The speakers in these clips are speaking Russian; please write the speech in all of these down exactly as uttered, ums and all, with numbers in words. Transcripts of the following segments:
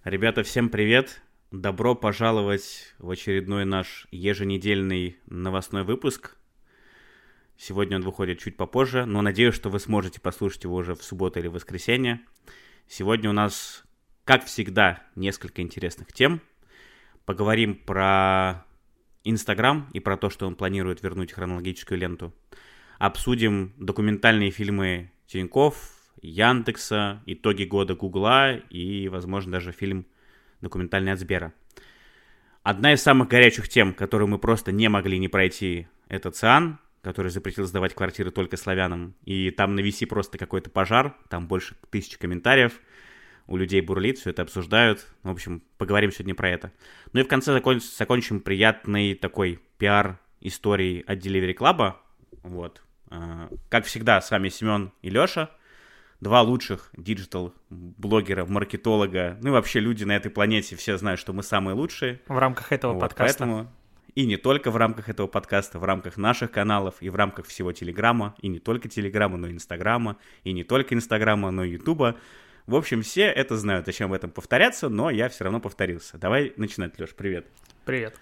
Ребята, всем привет! Добро пожаловать в очередной наш еженедельный новостной выпуск. Сегодня он выходит чуть попозже, но надеюсь, что вы сможете послушать его уже в субботу или воскресенье. Сегодня у нас, как всегда, несколько интересных тем. Поговорим про Инстаграм и про то, что он планирует вернуть хронологическую ленту. Обсудим документальные фильмы Тинькофф, Яндекса, итоги года Гугла и, возможно, даже фильм документальный от Сбера. Одна из самых горячих тем, которую мы просто не могли не пройти, это ЦИАН, который запретил сдавать квартиры только славянам. И там на ви си просто какой-то пожар, там больше тысячи комментариев, у людей бурлит, все это обсуждают. В общем, поговорим сегодня про это. Ну и в конце закон- закончим приятной такой пиар-историей от Delivery Club. Вот. Как всегда, с вами Семен и Леша. Два лучших диджитал-блогера, маркетолога, ну и вообще люди на этой планете, все знают, что мы самые лучшие. В рамках этого вот, подкаста. Поэтому... И не только в рамках этого подкаста, в рамках наших каналов, и в рамках всего Телеграма, и не только Телеграма, но и Инстаграма, и не только Инстаграма, но и Ютуба. В общем, все это знают, зачем в этом повторяться, но я все равно повторился. Давай начинать, Леш, привет. Привет.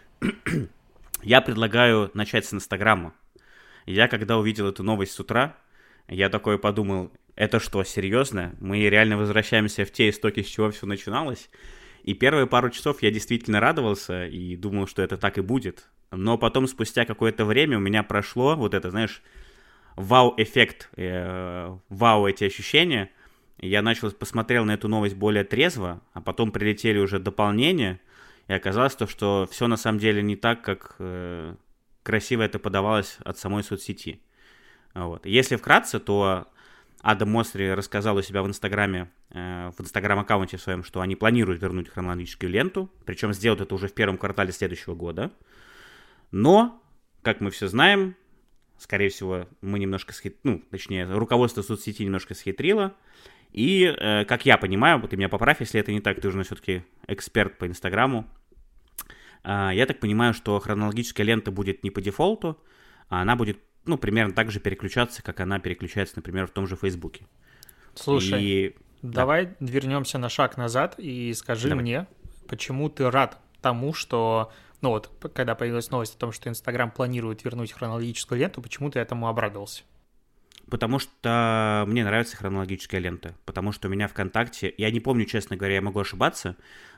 Я предлагаю начать с Инстаграма. Я, когда увидел эту новость с утра, я такой подумал... Это что, серьезно? Мы реально возвращаемся в те истоки, с чего все начиналось? И первые пару часов я действительно радовался и думал, что это так и будет. Но потом, спустя какое-то время, у меня прошло вот это, знаешь, вау-эффект, э, вау эти ощущения. Я начал, посмотрел на эту новость более трезво, а потом прилетели уже дополнения, и оказалось то, что все на самом деле не так, как э, красиво это подавалось от самой соцсети. Вот. Если вкратце, то... Адам Моссери рассказал у себя в Инстаграме, э, в Инстаграм-аккаунте своем, что они планируют вернуть хронологическую ленту, причем сделают это уже в первом квартале следующего года. Но, как мы все знаем, скорее всего, мы немножко схит... ну, точнее, руководство соцсети немножко схитрило. И, э, как я понимаю, ты меня поправь, если это не так, ты уже все-таки эксперт по Инстаграму. Э, я так понимаю, что хронологическая лента будет не по дефолту, а она будет ну, примерно так же переключаться, как она переключается, например, в том же Фейсбуке. Слушай, и... давай да. вернемся на шаг назад и скажи давай. мне, почему ты рад тому, что... Ну вот, когда появилась новость о том, что Инстаграм планирует вернуть хронологическую ленту, почему ты этому обрадовался? Потому что мне нравится хронологическая лента. Потому что у меня ВКонтакте... Я не помню, честно говоря, я могу ошибаться.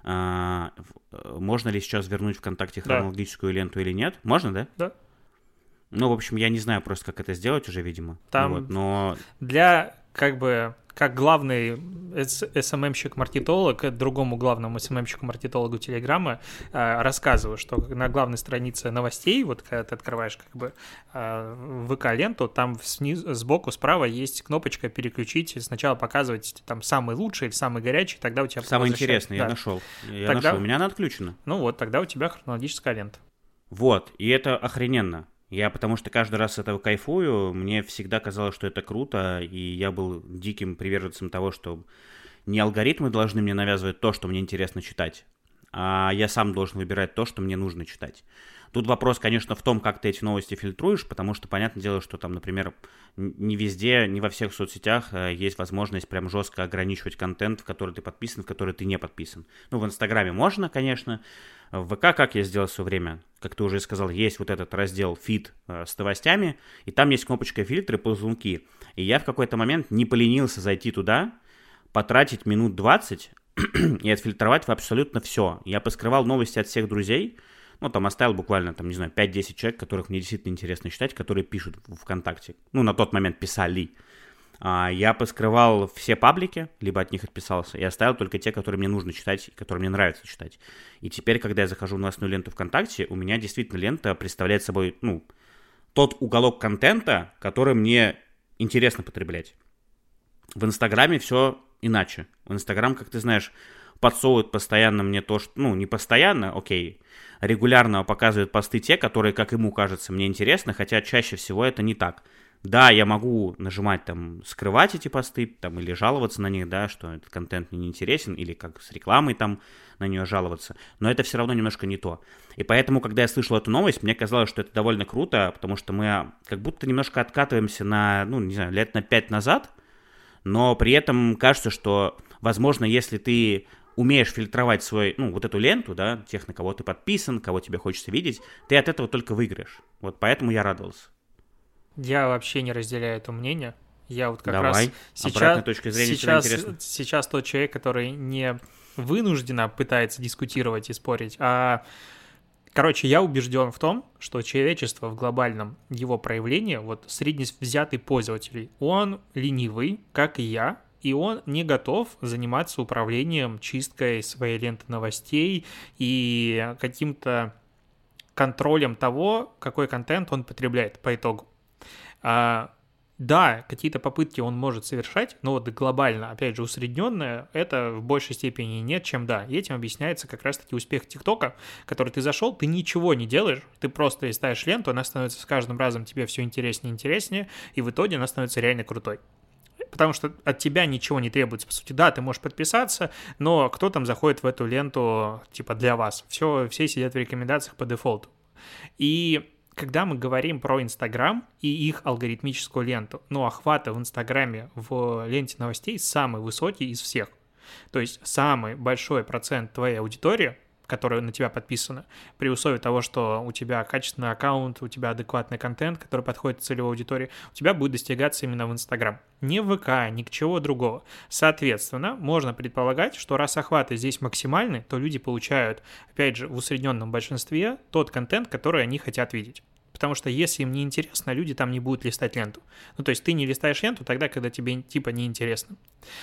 Можно ли сейчас вернуть ВКонтакте хронологическую да. ленту или нет? Можно, да? Да. Ну, в общем, я не знаю просто, как это сделать уже, видимо. Там вот, но... для, как бы, как главный эс эм эм-щик-маркетолог, другому главному эс эм эм-щику-маркетологу Телеграма э, рассказываю, что на главной странице новостей, вот когда ты открываешь, как бы, э, ВК-ленту, там снизу, сбоку, справа есть кнопочка «Переключить», сначала показывать там самый лучший или самый горячий, тогда у тебя... Самый интересный, да. я нашел. Я тогда... нашел, у меня она отключена. Ну вот, тогда у тебя хронологическая лента. Вот, и это охрененно. Я потому что каждый раз с этого кайфую, мне всегда казалось, что это круто, и я был диким приверженцем того, что не алгоритмы должны мне навязывать то, что мне интересно читать, а я сам должен выбирать то, что мне нужно читать. Тут вопрос, конечно, в том, как ты эти новости фильтруешь, потому что, понятное дело, что там, например, не везде, не во всех соцсетях есть возможность прям жестко ограничивать контент, в который ты подписан, в который ты не подписан. Ну, в Инстаграме можно, конечно. В ВК, как я сделал в свое время, как ты уже сказал, есть вот этот раздел «Фид» с новостями, и там есть кнопочка «Фильтры», ползунки. И я в какой-то момент не поленился зайти туда, потратить минут двадцать и отфильтровать абсолютно все. Я поскрывал новости от всех друзей, ну, там оставил буквально, там, не знаю, пять-десять человек, которых мне действительно интересно читать, которые пишут в ВКонтакте. Ну, на тот момент писали. А, я поскрывал все паблики, либо от них отписался, и оставил только те, которые мне нужно читать, которые мне нравится читать. И теперь, когда я захожу в новостную ленту ВКонтакте, у меня действительно лента представляет собой, ну, тот уголок контента, который мне интересно потреблять. В Инстаграме все иначе. В Инстаграм, как ты знаешь, подсовывают постоянно мне то, что... Ну, не постоянно, окей. Регулярно показывают посты те, которые, как ему кажется, мне интересны, хотя чаще всего это не так. Да, я могу нажимать там, скрывать эти посты, там, или жаловаться на них, да, что этот контент мне не интересен, или как с рекламой там на нее жаловаться, но это все равно немножко не то. И поэтому, когда я слышал эту новость, мне казалось, что это довольно круто, потому что мы как будто немножко откатываемся на, ну, не знаю, лет на пять назад, но при этом кажется, что, возможно, если ты умеешь фильтровать свой, ну, вот эту ленту, да, тех, на кого ты подписан, кого тебе хочется видеть, ты от этого только выиграешь. Вот поэтому я радовался. Я вообще не разделяю это мнение. Я вот как Давай, раз сейчас, обратная точка зрения сейчас, всегда интересна. сейчас тот человек, который не вынужденно пытается дискутировать и спорить, а, короче, я убежден в том, что человечество в глобальном его проявлении, вот средневзятый пользователь, он ленивый, как и я, и он не готов заниматься управлением, чисткой своей ленты новостей и каким-то контролем того, какой контент он потребляет по итогу. А, да, какие-то попытки он может совершать, но вот глобально, опять же, усредненное, это в большей степени нет, чем да. И этим объясняется как раз-таки успех ТикТока, который ты зашел, ты ничего не делаешь, ты просто листаешь ленту, она становится с каждым разом тебе все интереснее и интереснее, и в итоге она становится реально крутой. Потому что от тебя ничего не требуется, по сути. Да, ты можешь подписаться, но кто там заходит в эту ленту, типа, для вас? Все, все сидят в рекомендациях по дефолту. И когда мы говорим про Инстаграм и их алгоритмическую ленту, ну, охваты в Инстаграме в ленте новостей самый высокий из всех. То есть самый большой процент твоей аудитории, которая на тебя подписана, при условии того, что у тебя качественный аккаунт, у тебя адекватный контент, который подходит целевой аудитории, у тебя будет достигаться именно в Инстаграм. Не в ВК, ни к чего другого. Соответственно, можно предполагать, что раз охваты здесь максимальны, то люди получают, опять же, в усредненном большинстве тот контент, который они хотят видеть. Потому что если им не интересно, люди там не будут листать ленту. Ну, то есть ты не листаешь ленту тогда, когда тебе типа неинтересно.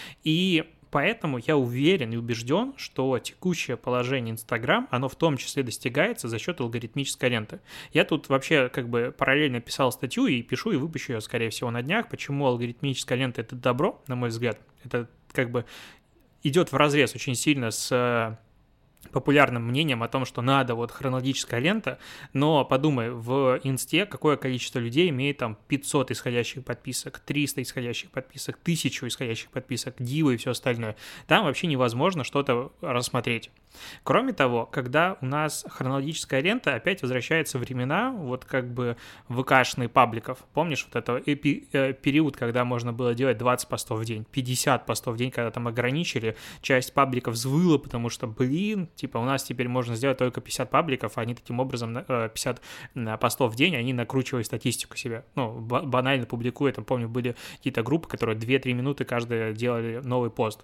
И поэтому я уверен и убежден, что текущее положение Инстаграм, оно в том числе достигается за счет алгоритмической ленты. Я тут вообще как бы параллельно писал статью и пишу, и выпущу ее, скорее всего, на днях. Почему алгоритмическая лента — это добро, на мой взгляд. Это как бы идет вразрез очень сильно с популярным мнением о том, что надо вот хронологическая лента, но подумай, в Инсте какое количество людей имеет там пятьсот исходящих подписок, триста исходящих подписок, тысячу исходящих подписок, дивы и все остальное. Там вообще невозможно что-то рассмотреть. Кроме того, когда у нас хронологическая лента, опять возвращаются времена вот как бы ВКшных пабликов. Помнишь вот это эпи- э, период, когда можно было делать двадцать постов в день, пятьдесят постов в день, когда там ограничили, часть пабликов взвыла, потому что, блин, типа у нас теперь можно сделать только пятьдесят пабликов, а они таким образом э, пятьдесят постов в день, они накручивали статистику себе. Ну, банально публикуя, там, помню, были какие-то группы, которые две-три минуты каждая делали новый пост.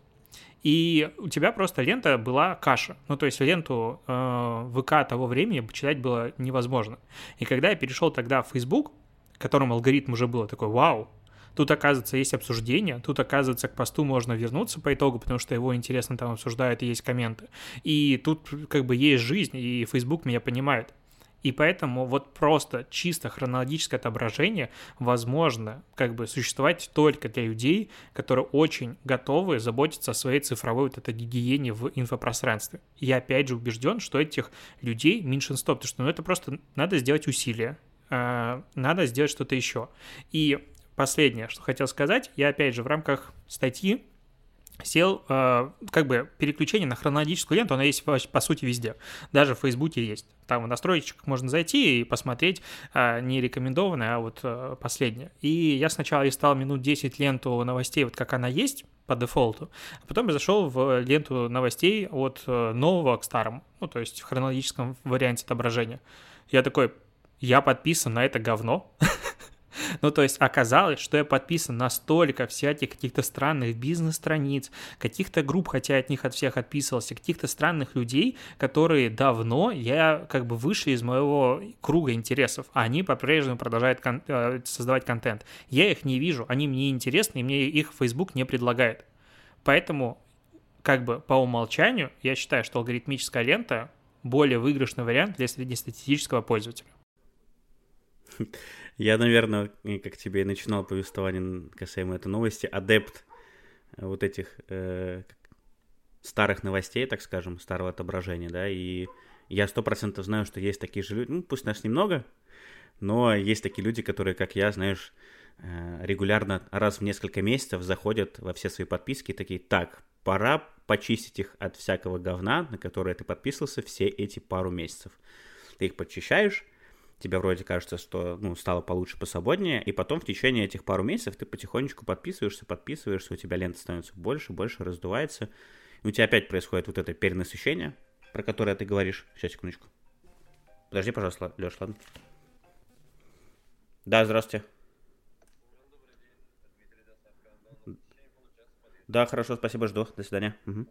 И у тебя просто лента была каша. Ну, то есть ленту э, ВК того времени читать было невозможно. И когда я перешел тогда в Facebook, которым алгоритм уже был такой, вау, тут, оказывается, есть обсуждение, тут, оказывается, к посту можно вернуться по итогу, потому что его интересно там обсуждают и есть комменты. И тут как бы есть жизнь, и Facebook меня понимает. И поэтому вот просто чисто хронологическое отображение возможно как бы существовать только для людей, которые очень готовы заботиться о своей цифровой вот этой гигиене в инфопространстве. И я опять же убежден, что этих людей меньшинство, потому что ну, это просто надо сделать усилия, э, надо сделать что-то еще. И последнее, что хотел сказать, я опять же в рамках статьи сел, э, как бы переключение на хронологическую ленту, оно есть по сути везде, даже в Фейсбуке есть. Там в настройках можно зайти и посмотреть э, не рекомендованное, а вот э, последнее. И я сначала листал минут десять ленту новостей, вот как она есть по дефолту, а потом я зашел в ленту новостей от э, нового к старому, ну то есть в хронологическом варианте отображения. Я такой, я подписан на это говно. Ну, то есть оказалось, что я подписан на столько всяких каких-то странных бизнес-страниц, каких-то групп, хотя я от них от всех отписывался, каких-то странных людей, которые давно я как бы вышли из моего круга интересов, а они по-прежнему продолжают кон- создавать контент. Я их не вижу, они мне интересны, и мне их Facebook не предлагает. Поэтому как бы по умолчанию я считаю, что алгоритмическая лента более выигрышный вариант для среднестатистического пользователя. Я, наверное, как тебе и начинал повествование касаемо этой новости, адепт вот этих э, старых новостей, так скажем, старого отображения, да, и я сто процентов знаю, что есть такие же люди, ну, пусть нас немного, но есть такие люди, которые, как я, знаешь, э, регулярно раз в несколько месяцев заходят во все свои подписки и такие, так, пора почистить их от всякого говна, на которое ты подписывался все эти пару месяцев. Ты их подчищаешь, тебе вроде кажется, что ну, стало получше, посвободнее, и потом в течение этих пару месяцев ты потихонечку подписываешься, подписываешься, у тебя лента становится больше, больше, раздувается, и у тебя опять происходит вот это перенасыщение, про которое ты говоришь. Сейчас, секундочку. Подожди, пожалуйста, Леш, ладно? Да, здравствуйте. Да, хорошо, спасибо, жду. До свидания. Угу.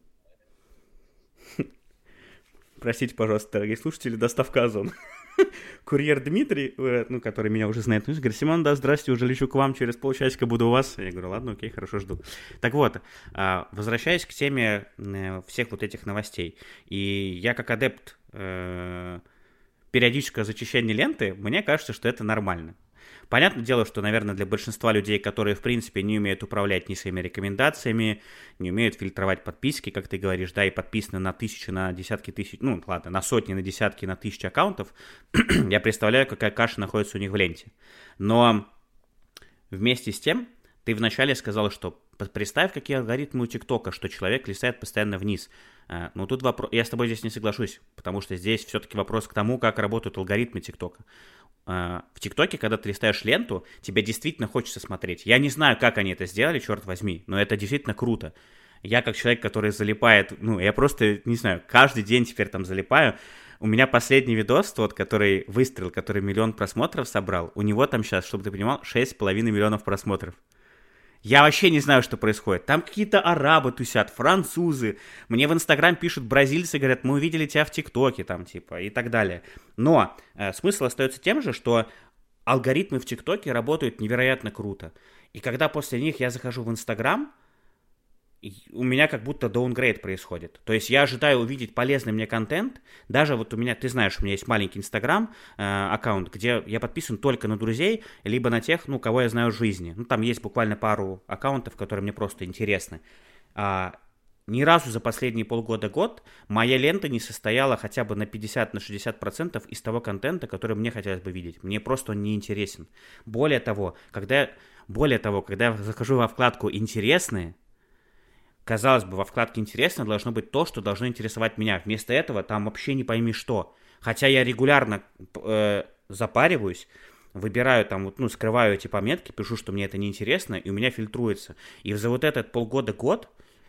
Простите, пожалуйста, дорогие слушатели, доставка Озон. Курьер Дмитрий, ну, который меня уже знает, ну, говорит: Симон, да, здрасте, уже лечу к вам, через полчасика буду у вас. Я говорю: ладно, окей, хорошо, жду. Так вот, возвращаясь к теме всех вот этих новостей, и я как адепт периодического зачищения ленты, мне кажется, что это нормально. Понятное дело, что, наверное, для большинства людей, которые, в принципе, не умеют управлять ни своими рекомендациями, не умеют фильтровать подписки, как ты говоришь, да, и подписаны на тысячи, на десятки тысяч, ну, ладно, на сотни, на десятки, на тысячи аккаунтов, я представляю, какая каша находится у них в ленте. Но вместе с тем, ты вначале сказал, что представь, какие алгоритмы у ТикТока, что человек листает постоянно вниз. Ну, тут вопрос, я с тобой здесь не соглашусь, потому что здесь все-таки вопрос к тому, как работают алгоритмы ТикТока. В ТикТоке, когда ты листаешь ленту, тебе действительно хочется смотреть. Я не знаю, как они это сделали, черт возьми, но это действительно круто. Я как человек, который залипает, ну, я просто, не знаю, каждый день теперь там залипаю. У меня последний видос, тот, который выстрел, который миллион просмотров собрал, у него там сейчас, чтобы ты понимал, шесть с половиной миллионов просмотров. Я вообще не знаю, что происходит. Там какие-то арабы тусят, французы. Мне в Инстаграм пишут бразильцы, говорят: мы увидели тебя в ТикТоке, там, типа, и так далее. Но э, смысл остается тем же, что алгоритмы в ТикТоке работают невероятно круто. И когда после них я захожу в Инстаграм, у меня как будто даунгрейд происходит. То есть я ожидаю увидеть полезный мне контент. Даже вот у меня, ты знаешь, у меня есть маленький Инстаграм э, аккаунт, где я подписан только на друзей, либо на тех, ну, кого я знаю в жизни. Ну, там есть буквально пару аккаунтов, которые мне просто интересны. А, ни разу за последние полгода-год моя лента не состояла хотя бы на пятьдесят шестьдесят процентов из того контента, который мне хотелось бы видеть. Мне просто он не интересен. Более того, когда, более того, когда я захожу во вкладку «Интересные», казалось бы, во вкладке «Интересно» должно быть то, что должно интересовать меня. Вместо этого там вообще не пойми что. Хотя я регулярно э, запариваюсь, выбираю там, вот, ну, скрываю эти пометки, пишу, что мне это неинтересно, и у меня фильтруется. И за вот этот полгода-год,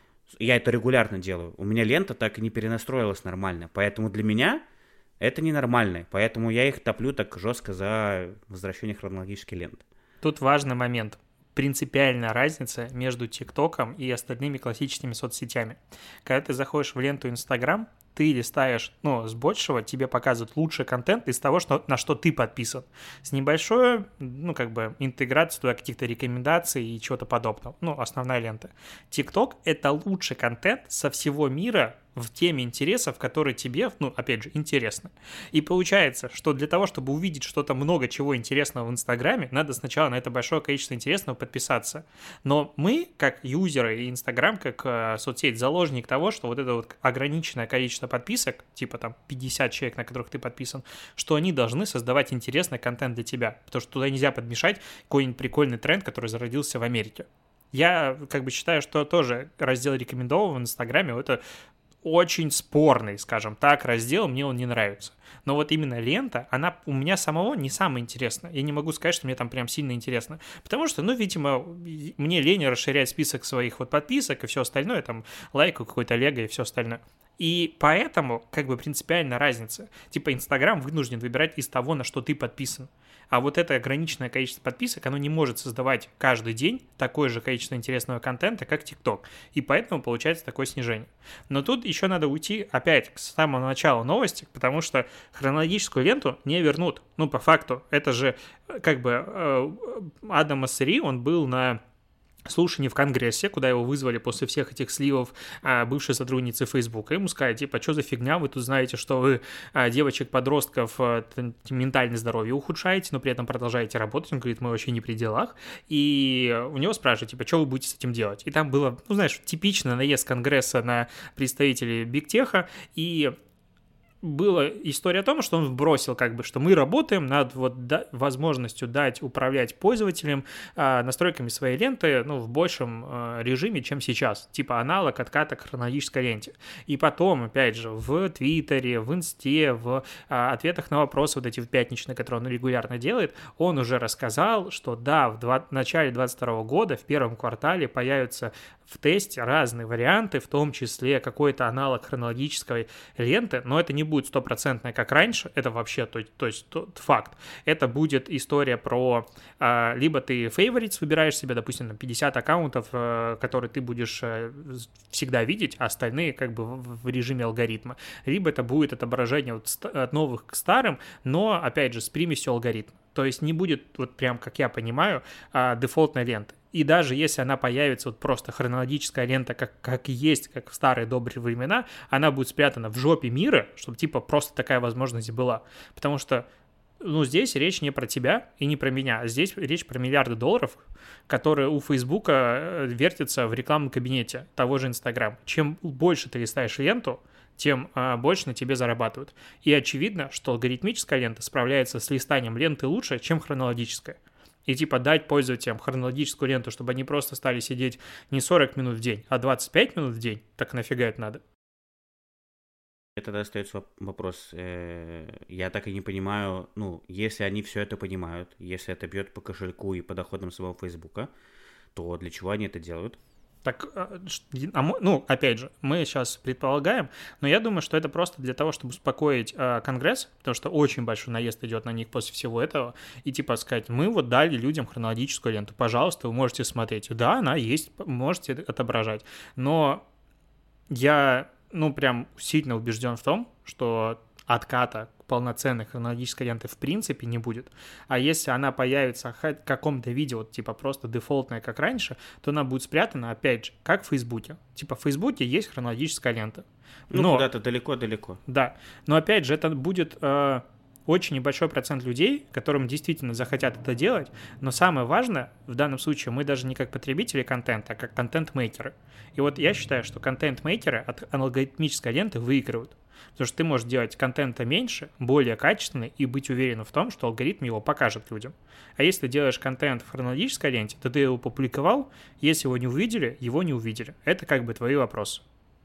я это регулярно делаю, у меня лента так и не перенастроилась нормально. Поэтому для меня это ненормально. Поэтому я их топлю так жестко за возвращение хронологической ленты. Тут важный момент. Принципиальная разница между ТикТоком и остальными классическими соцсетями. Когда ты заходишь в ленту Инстаграм, ты листаешь, ну, с большего, тебе показывают лучший контент из того, что, на что ты подписан. С небольшой, ну, как бы, интеграцией туда каких-то рекомендаций и чего-то подобного. Ну, основная лента. ТикТок — это лучший контент со всего мира в теме интересов, которые тебе, ну, опять же, интересны. И получается, что для того, чтобы увидеть что-то много чего интересного в Инстаграме, надо сначала на это большое количество интересного подписаться. Но мы, как юзеры и Инстаграм, как э, соцсеть, заложник того, что вот это вот ограниченное количество подписок, типа там пятьдесят человек, на которых ты подписан, что они должны создавать интересный контент для тебя, потому что туда нельзя подмешать какой-нибудь прикольный тренд, который зародился в Америке. Я как бы считаю, что тоже раздел рекомендованного в Инстаграме — это очень спорный, скажем так, раздел, мне он не нравится. Но вот именно лента, она у меня самого не самая интересная. Я не могу сказать, что мне там прям сильно интересно. Потому что, ну, видимо, мне лень расширять список своих вот подписок и все остальное, там, лайку какой-то лего и все остальное. И поэтому, как бы, принципиальная разница. Типа, Инстаграм вынужден выбирать из того, на что ты подписан. А вот это ограниченное количество подписок, оно не может создавать каждый день такое же количество интересного контента, как ТикТок. И поэтому получается такое снижение. Но тут еще надо уйти опять к самому началу новости, потому что хронологическую ленту не вернут. Ну, по факту, это же, как бы, Адам Моссери, он был на слушание в Конгрессе, куда его вызвали после всех этих сливов а, бывшей сотрудницы Фейсбука. Ему сказали, типа, что за фигня, вы тут знаете, что вы а, девочек-подростков а, ментальное здоровье ухудшаете, но при этом продолжаете работать. Он говорит, мы вообще не при делах. И у него спрашивают, типа, что вы будете с этим делать? И там было, ну, знаешь, типичный наезд Конгресса на представителей Бигтеха, и была история о том, что он вбросил, как бы, что мы работаем над вот да, возможностью дать управлять пользователем а, настройками своей ленты, ну, в большем а, режиме, чем сейчас, типа аналог отката к хронологической ленте. И потом, опять же, в Твиттере, в Инсте, в а, ответах на вопросы вот эти в пятничные, которые он регулярно делает, он уже рассказал, что да, в, два, в начале двадцать второго года, в первом квартале появятся в тесте разные варианты, в том числе какой-то аналог хронологической ленты, но это не будет стопроцентное, как раньше, это вообще, то, то есть тот факт. Это будет история про, а, либо ты favorites выбираешь себе, допустим, на пятьдесят аккаунтов, а, которые ты будешь а, всегда видеть, а остальные как бы в, в режиме алгоритма, либо это будет отображение вот от новых к старым, но, опять же, с примесью алгоритма. То есть не будет, вот прям, как я понимаю, а, дефолтной ленты. И даже если она появится вот просто хронологическая лента, как, как есть, как в старые добрые времена, она будет спрятана в жопе мира, чтобы типа просто такая возможность была. Потому что, ну, здесь речь не про тебя и не про меня, а здесь речь про миллиарды долларов, которые у Фейсбука вертятся в рекламном кабинете того же Инстаграм. Чем больше ты листаешь ленту, тем а, больше на тебе зарабатывают. И очевидно, что алгоритмическая лента справляется с листанием ленты лучше, чем хронологическая. И типа дать пользователям хронологическую ленту, чтобы они просто стали сидеть не сорок минут в день, а двадцать пять минут в день, так нафига это надо? Это тогда остается вопрос. Я так и не понимаю, ну, если они все это понимают, если это бьет по кошельку и по доходам самого Фейсбука, то для чего они это делают? Так, ну, опять же, мы сейчас предполагаем, но я думаю, что это просто для того, чтобы успокоить э, Конгресс, потому что очень большой наезд идет на них после всего этого, и типа сказать, мы вот дали людям хронологическую ленту, пожалуйста, вы можете смотреть. Да, она есть, можете отображать, но я, ну, прям сильно убежден в том, что отката полноценной хронологической ленты в принципе не будет. А если она появится в каком-то виде, вот типа просто дефолтная, как раньше, то она будет спрятана, опять же, как в Фейсбуке. Типа в Фейсбуке есть хронологическая лента. Ну, но, куда-то далеко-далеко. Да, но опять же, это будет э, очень небольшой процент людей, которым действительно захотят это делать, но самое важное, в данном случае мы даже не как потребители контента, а как контент-мейкеры. И вот я считаю, что контент-мейкеры от алгоритмической ленты выигрывают. Потому что ты можешь делать контента меньше, более качественный и быть уверенным в том, что алгоритм его покажет людям. А если ты делаешь контент в хронологической ленте, то ты его публиковал, если его не увидели, его не увидели. Это как бы твои вопросы,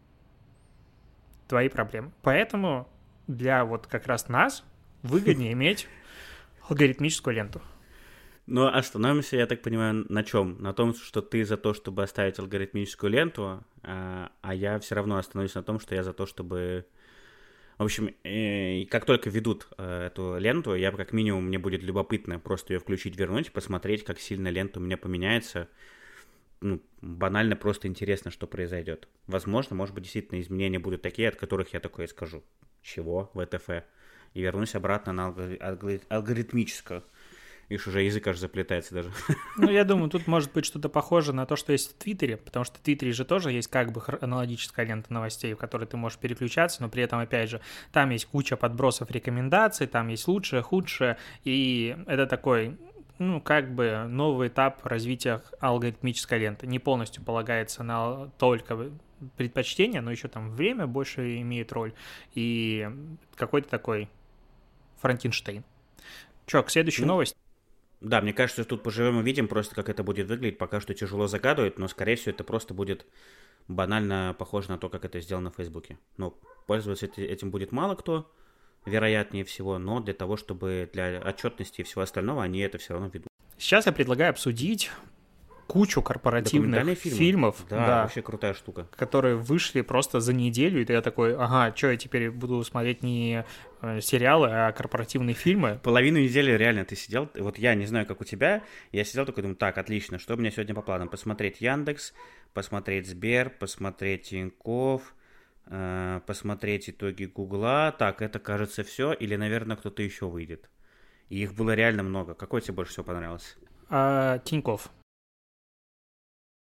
твои проблемы. Поэтому для вот как раз нас выгоднее иметь алгоритмическую ленту. Но остановимся, я так понимаю, на чем? На том, что ты за то, чтобы оставить алгоритмическую ленту, а, а я все равно остановлюсь на том, что я за то, чтобы... В общем, э, как только ведут э, эту ленту, я как минимум, мне будет любопытно просто ее включить, вернуть, посмотреть, как сильно лента у меня поменяется. Ну, банально просто интересно, что произойдет. Возможно, может быть, действительно изменения будут такие, от которых я такое скажу. Чего? вэ тэ эф? И вернусь обратно на алгорит- алгоритмическую. Видишь, уже язык аж заплетается даже. Ну, я думаю, тут может быть что-то похоже на то, что есть в Твиттере, потому что в Твиттере же тоже есть как бы хронологическая лента новостей, в которой ты можешь переключаться, но при этом, опять же, там есть куча подбросов рекомендаций, там есть лучшее, худшее, и это такой, ну, как бы новый этап развития алгоритмической ленты. Не полностью полагается на только предпочтение, но еще там время больше имеет роль, и какой-то такой Франкенштейн. Че, к следующей ну, новости? Да, мне кажется, тут поживем и видим просто, как это будет выглядеть. Пока что тяжело загадывать, но, скорее всего, это просто будет банально похоже на то, как это сделано в Фейсбуке. Но пользоваться этим будет мало кто, вероятнее всего, но для того, чтобы для отчетности и всего остального, они это все равно ведут. Сейчас я предлагаю обсудить кучу корпоративных фильмов, фильмов да, да, вообще крутая штука, которые вышли просто за неделю, и я такой, ага, что я теперь буду смотреть не сериалы, а корпоративные фильмы. Половину недели реально ты сидел, вот я не знаю, как у тебя, я сидел такой, думаю, так, отлично, что у меня сегодня по планам? Посмотреть Яндекс, посмотреть Сбер, посмотреть Тинькофф, э, посмотреть итоги Гугла, так, это, кажется, все, или, наверное, кто-то еще выйдет. И их было реально много. Какой тебе больше всего понравился? А, Тинькофф.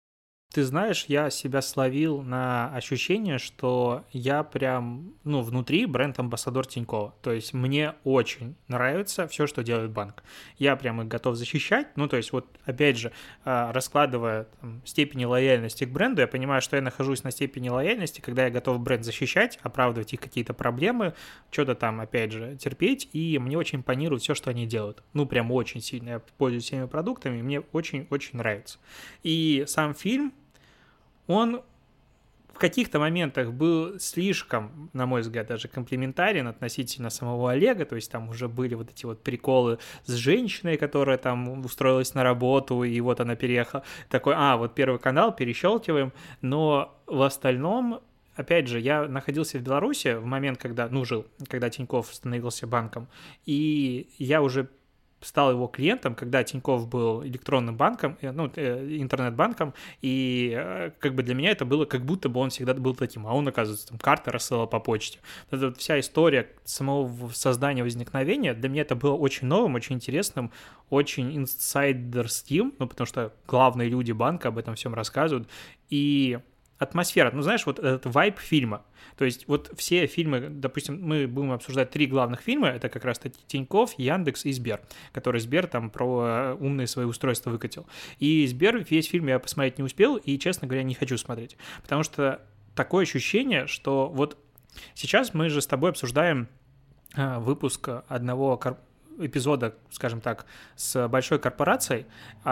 Ты знаешь, я себя словил на ощущение, что я прям, ну, внутри бренд-амбассадор Тинькова. То есть мне очень нравится все, что делает банк. Я прям их готов защищать. Ну, то есть вот, опять же, а, раскладывая там, степени лояльности к бренду, я понимаю, что я нахожусь на степени лояльности, когда я готов бренд защищать, оправдывать их какие-то проблемы, что-то там, опять же, терпеть, и мне очень импонирует все, что они делают. Ну, прям очень сильно. Я пользуюсь всеми продуктами, мне очень-очень нравится. И сам фильм, он в каких-то моментах был слишком, на мой взгляд, даже комплиментарен относительно самого Олега, то есть там уже были вот эти вот приколы с женщиной, которая там устроилась на работу, и вот она переехала, такой, а, вот Первый канал, перещелкиваем, но в остальном, опять же, я находился в Беларуси в момент, когда, ну, жил, когда Тинькофф становился банком, и я уже стал его клиентом, когда Тинькофф был электронным банком, ну, интернет-банком, и как бы для меня это было, как будто бы он всегда был таким, а он, оказывается, там карты рассылал по почте. Эта вот вся история самого создания, возникновения, для меня это было очень новым, очень интересным, очень инсайдерским, ну, потому что главные люди банка об этом всем рассказывают, и атмосфера, ну, знаешь, вот этот вайб фильма. То есть вот все фильмы, допустим, мы будем обсуждать три главных фильма, это как раз Тинькофф, Яндекс и Сбер, который Сбер там про умные свои устройства выкатил. И Сбер, весь фильм я посмотреть не успел, и, честно говоря, не хочу смотреть, потому что такое ощущение, что вот сейчас мы же с тобой обсуждаем выпуск одного эпизода, скажем так, с большой корпорацией,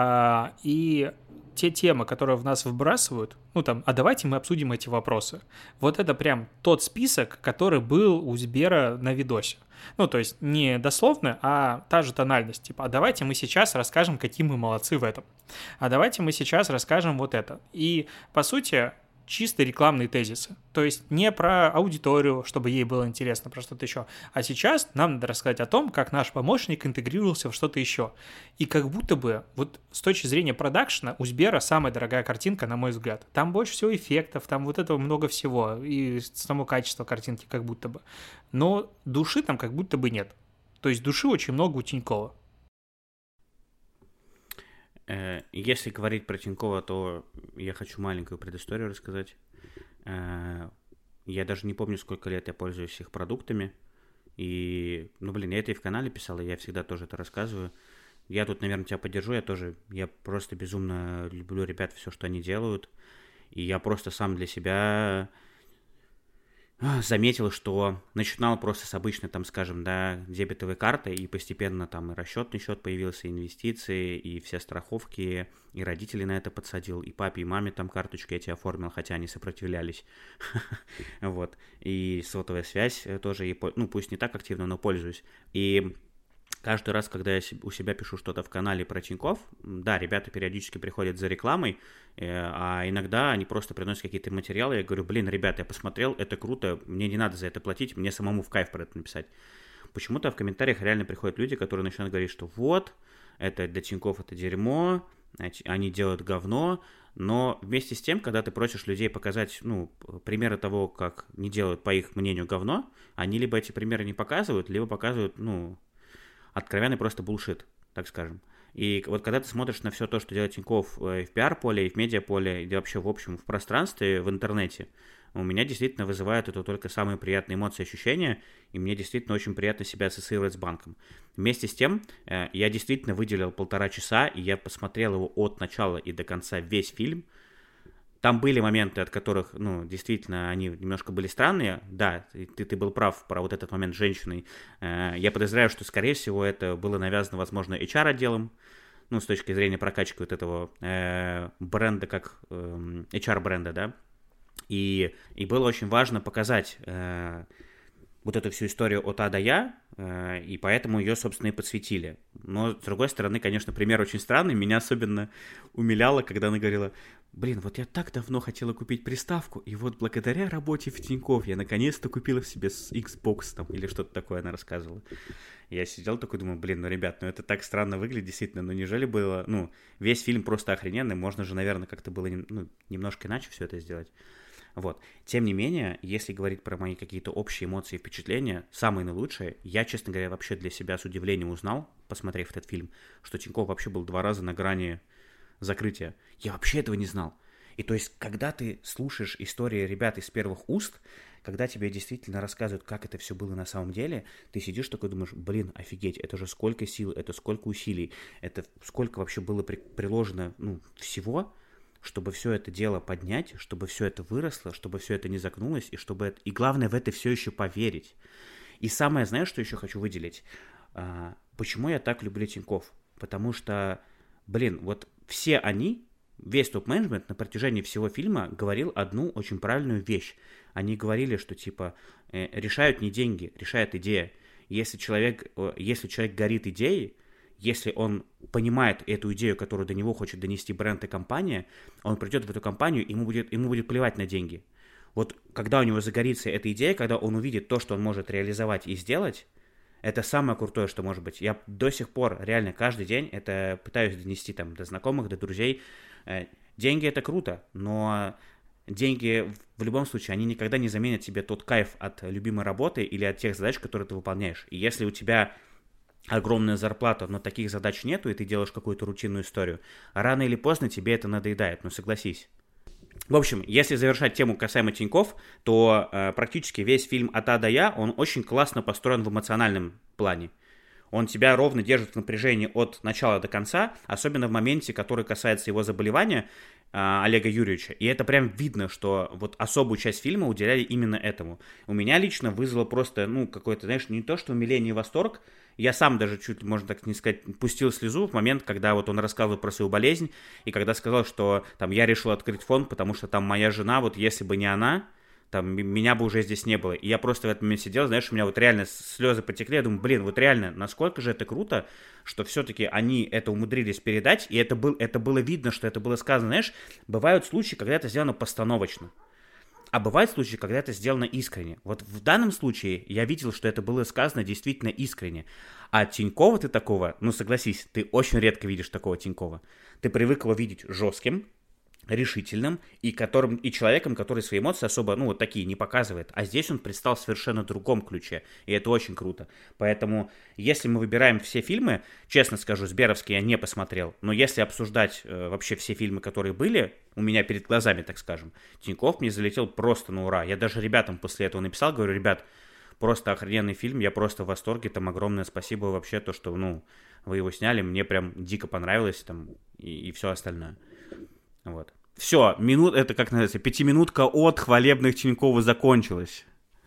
и те темы, которые в нас выбрасывают, ну там, а давайте мы обсудим эти вопросы. Вот это прям тот список, который был у Сбера на видосе. Ну, то есть не дословно, а та же тональность. Типа, а давайте мы сейчас расскажем, какие мы молодцы в этом. А давайте мы сейчас расскажем вот это. И, по сути, чисто рекламные тезисы. То есть не про аудиторию, чтобы ей было интересно, про что-то еще. А сейчас нам надо рассказать о том, как наш помощник интегрировался в что-то еще. И как будто бы, вот с точки зрения продакшена, у Сбера самая дорогая картинка, на мой взгляд. Там больше всего эффектов, там вот этого много всего. И само качество картинки как будто бы. Но души там как будто бы нет. То есть души очень много у Тинькова. Если говорить про Тинькова, то я хочу маленькую предысторию рассказать. Я даже не помню, сколько лет я пользуюсь их продуктами. И, ну, блин, я это и в канале писал, и я всегда тоже это рассказываю. Я тут, наверное, тебя поддержу. Я тоже, я просто безумно люблю ребят, все, что они делают. И я просто сам для себя заметил, что начинал просто с обычной, там, скажем, да, дебетовой карты, и постепенно там и расчетный счет появился, и инвестиции, и все страховки, и родители на это подсадил, и папе, и маме там карточки эти оформил, хотя они сопротивлялись. Вот. И сотовая связь тоже, ну, пусть не так активно, но пользуюсь. И каждый раз, когда я у себя пишу что-то в канале про Тинькофф, да, ребята периодически приходят за рекламой, а иногда они просто приносят какие-то материалы, я говорю, блин, ребята, я посмотрел, это круто, мне не надо за это платить, мне самому в кайф про это написать. Почему-то в комментариях реально приходят люди, которые начинают говорить, что вот, это для Тинькофф это дерьмо, они делают говно, но вместе с тем, когда ты просишь людей показать, ну, примеры того, как не делают, по их мнению, говно, они либо эти примеры не показывают, либо показывают, ну, откровенный просто булшит, так скажем. И вот когда ты смотришь на все то, что делает Тинькофф в пиар-поле, и в медиа-поле, и вообще в общем в пространстве, в интернете, у меня действительно вызывает это только самые приятные эмоции и ощущения, и мне действительно очень приятно себя ассоциировать с банком. Вместе с тем, я действительно выделил полтора часа, и я посмотрел его от начала и до конца весь фильм. Там были моменты, от которых, ну, действительно, они немножко были странные. Да, ты, ты был прав про вот этот момент с женщиной. Я подозреваю, что, скорее всего, это было навязано, возможно, эйч ар-отделом, ну, с точки зрения прокачки вот этого э, бренда, как э, эйч ар-бренда, да. И, и было очень важно показать э, вот эту всю историю от А до Я, э, и поэтому ее, собственно, и подсветили. Но, с другой стороны, конечно, пример очень странный. Меня особенно умиляло, когда она говорила, блин, вот я так давно хотела купить приставку, и вот благодаря работе в Тинькофф я наконец-то купила себе Xbox там, или что-то такое она рассказывала. Я сидел такой, думаю, блин, ну, ребят, ну это так странно выглядит, действительно, ну неужели было, ну, весь фильм просто охрененный, можно же, наверное, как-то было, ну, немножко иначе все это сделать. Вот. Тем не менее, если говорить про мои какие-то общие эмоции и впечатления, самые наилучшие, я, честно говоря, вообще для себя с удивлением узнал, посмотрев этот фильм, что Тинькофф вообще был два раза на грани закрытия. Я вообще этого не знал. И то есть, когда ты слушаешь истории ребят из первых уст, когда тебе действительно рассказывают, как это все было на самом деле, ты сидишь такой думаешь, блин, офигеть, это же сколько сил, это сколько усилий, это сколько вообще было при- приложено, ну, всего, чтобы все это дело поднять, чтобы все это выросло, чтобы все это не загнулось, и чтобы это... и главное в это все еще поверить. И самое, знаешь, что еще хочу выделить? А, почему я так люблю Тинькофф? Потому что, блин, вот все они, весь топ-менеджмент на протяжении всего фильма говорил одну очень правильную вещь. Они говорили, что типа э, решают не деньги, решает идея. Если человек, э, если человек горит идеей, если он понимает эту идею, которую до него хочет донести бренд и компания, он придет в эту компанию, ему будет, ему будет плевать на деньги. Вот когда у него загорится эта идея, когда он увидит то, что он может реализовать и сделать, это самое крутое, что может быть. Я до сих пор реально каждый день это пытаюсь донести там до знакомых, до друзей. Э, деньги это круто, но... Деньги в любом случае, они никогда не заменят тебе тот кайф от любимой работы или от тех задач, которые ты выполняешь. И если у тебя огромная зарплата, но таких задач нету, и ты делаешь какую-то рутинную историю, рано или поздно тебе это надоедает, ну согласись. В общем, если завершать тему касаемо Тинькофф, то э, практически весь фильм от А до Я, он очень классно построен в эмоциональном плане. Он тебя ровно держит в напряжении от начала до конца, особенно в моменте, который касается его заболевания, Олега Юрьевича. И это прям видно, что вот особую часть фильма уделяли именно этому. У меня лично вызвало просто, ну, какое-то, знаешь, не то, что умиление и восторг. Я сам даже чуть, можно так не сказать, пустил слезу в момент, когда вот он рассказывал про свою болезнь, и когда сказал, что там я решил открыть фонд, потому что там моя жена, вот если бы не она, там меня бы уже здесь не было. И я просто в этот момент сидел, знаешь, у меня вот реально слезы потекли, я думаю, блин, вот реально, насколько же это круто, что все-таки они это умудрились передать, и это, был, это было видно, что это было сказано, знаешь, бывают случаи, когда это сделано постановочно, а бывают случаи, когда это сделано искренне. Вот в данном случае я видел, что это было сказано действительно искренне. А Тинькова ты такого, ну согласись, ты очень редко видишь такого Тинькова. Ты привык его видеть жестким, решительным и, которым, и человеком, который свои эмоции особо, ну, вот такие не показывает. А здесь он предстал в совершенно другом ключе, и это очень круто. Поэтому, если мы выбираем все фильмы, честно скажу, Сберовский я не посмотрел, но если обсуждать э, вообще все фильмы, которые были у меня перед глазами, так скажем, Тинькофф мне залетел просто на ура. Я даже ребятам после этого написал, говорю, ребят, просто охрененный фильм, я просто в восторге, там огромное спасибо вообще, то, что, ну, вы его сняли, мне прям дико понравилось, там, и, и все остальное. Вот. Все, минут, это как называется, пятиминутка от хвалебных Тинькова закончилась.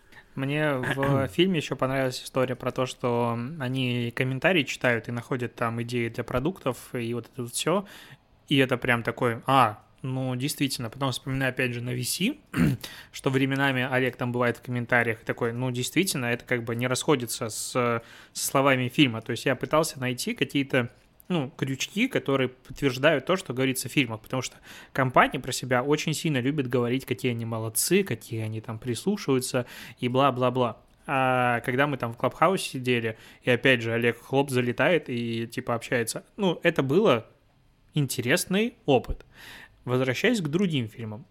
Мне в фильме еще понравилась история про то, что они комментарии читают и находят там идеи для продуктов и вот это вот все. И это прям такой, а, ну, действительно. Потом вспоминаю опять же на ви си, что временами Олег там бывает в комментариях и такой, ну, действительно, это как бы не расходится с, со словами фильма. То есть я пытался найти какие-то ну, крючки, которые подтверждают то, что говорится в фильмах, потому что компания про себя очень сильно любит говорить, какие они молодцы, какие они там прислушиваются и бла-бла-бла. А когда мы там в Клабхаусе сидели, и опять же Олег хлоп залетает и типа общается, ну, это было интересный опыт. Возвращаясь к другим фильмам,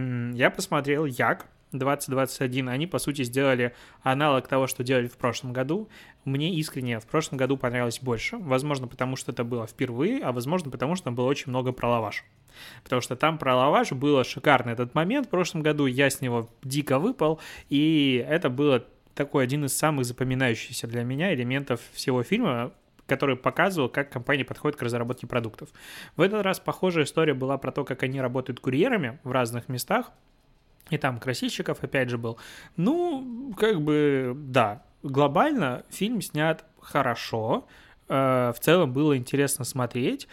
я посмотрел «Як», двадцать двадцать один, они, по сути, сделали аналог того, что делали в прошлом году. Мне искренне в прошлом году понравилось больше. Возможно, потому что это было впервые, а возможно, потому что там было очень много про лаваш. Потому что там про лаваш было шикарный этот момент. В прошлом году я с него дико выпал, и это было такой один из самых запоминающихся для меня элементов всего фильма, который показывал, как компания подходит к разработке продуктов. В этот раз похожая история была про то, как они работают курьерами в разных местах. И там Красильщиков опять же был. Ну, как бы, да, глобально фильм снят хорошо. В целом было интересно смотреть.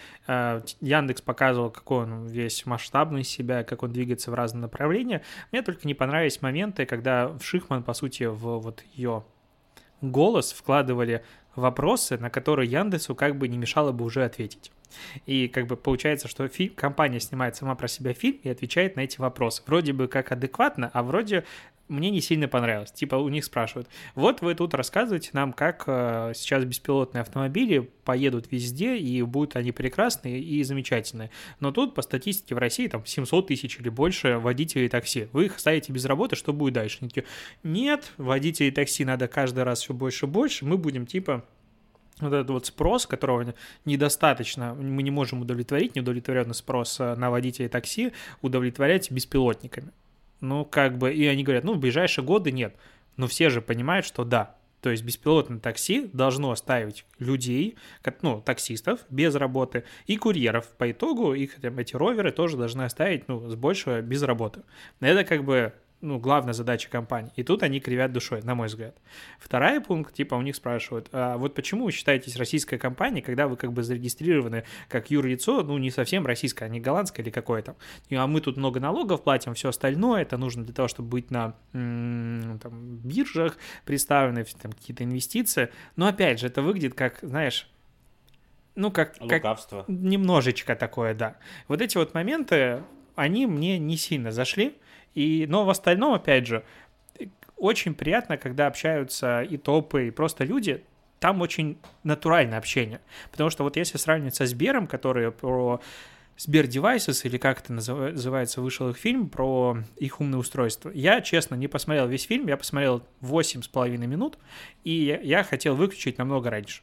Яндекс показывал, какой он весь масштабный из себя, как он двигается в разные направления. Мне только не понравились моменты, когда в Шихман, по сути, в вот ее голос вкладывали вопросы, на которые Яндексу как бы не мешало бы уже ответить. И как бы получается, что фильм, компания снимает сама про себя фильм и отвечает на эти вопросы. Вроде бы как адекватно, а вроде мне не сильно понравилось. Типа у них спрашивают, вот вы тут рассказываете нам, как э, сейчас беспилотные автомобили поедут везде, и будут они прекрасные и замечательные. Но тут по статистике в России там семьсот тысяч или больше водителей такси. Вы их ставите без работы, что будет дальше? Они такие, нет, водителей такси надо каждый раз все больше и больше, мы будем типа вот этот вот спрос, которого недостаточно, мы не можем удовлетворить, неудовлетворенный спрос на водителей такси удовлетворять беспилотниками. Ну, как бы, и они говорят, ну, в ближайшие годы нет. Но все же понимают, что да. То есть беспилотное такси должно оставить людей, ну, таксистов без работы и курьеров. По итогу их эти роверы тоже должны оставить, ну, с большего без работы. Это как бы, ну, главная задача компании. И тут они кривят душой, на мой взгляд. Второй пункт, типа, у них спрашивают, а вот почему вы считаетесь российской компанией, когда вы как бы зарегистрированы как юрлицо, ну, не совсем российское, а не голландское или какое-то. А мы тут много налогов платим, все остальное, это нужно для того, чтобы быть на м- там, биржах представлены, там, какие-то инвестиции. Но, опять же, это выглядит как, знаешь, ну, как... Лукавство. Как немножечко такое, да. Вот эти вот моменты, они мне не сильно зашли. И, но в остальном, опять же, очень приятно, когда общаются и топы, и просто люди, там очень натуральное общение. Потому что вот если сравнивать со Сбером, который про Сбер Devices, или как это называется, вышел их фильм про их умные устройства. Я, честно, не посмотрел весь фильм, я посмотрел восемь с половиной минут, и я хотел выключить намного раньше.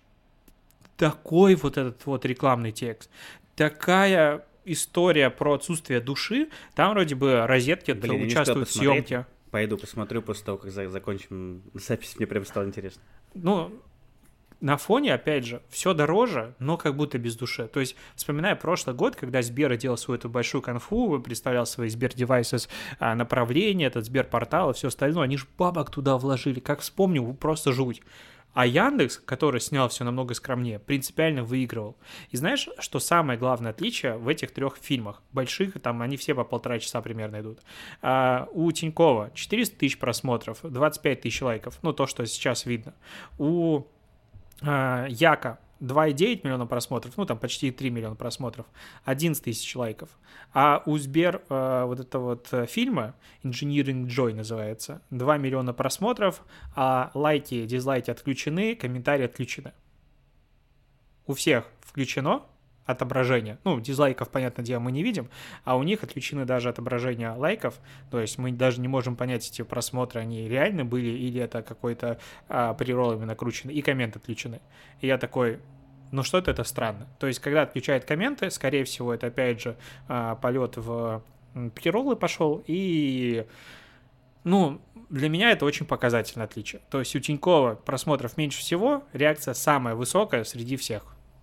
Такой вот этот вот рекламный текст, такая... история про отсутствие души, там вроде бы розетки Блин, участвуют в съемке. Пойду посмотрю после того, как закончим запись, мне прям стало интересно. Ну, на фоне, опять же, все дороже, но как будто без души. То есть, вспоминая прошлый год, когда Сбер делал свою эту большую конфу, представлял свои Сбер Devices направления, этот Сбер портал и все остальное, они же бабок туда вложили, как вспомню, просто жуть. А Яндекс, который снял все намного скромнее, принципиально выигрывал. И знаешь, что самое главное отличие в этих трех фильмах? Больших, там они все по полтора часа примерно идут. А, у Тинькова четыреста тысяч просмотров, двадцать пять тысяч лайков. Ну, то, что сейчас видно. У а, Яка два и девять миллиона просмотров, ну, там почти три миллиона просмотров, одиннадцать тысяч лайков. А у Сбер э, вот этого вот фильма, Engineering Joy называется, два миллиона просмотров, а лайки, дизлайки отключены, комментарии отключены. У всех включено отображение. Ну, дизлайков, понятное дело, мы не видим, а у них отключены даже отображения лайков, то есть мы даже не можем понять, эти просмотры, они реально были или это какой-то а, приролами накручено, и комменты отключены. И я такой, ну что-то это странно. То есть, когда отключают комменты, скорее всего, это опять же а, полет в приролы пошел, и, ну, для меня это очень показательное отличие. То есть у Тинькова просмотров меньше всего, реакция самая высокая среди всех.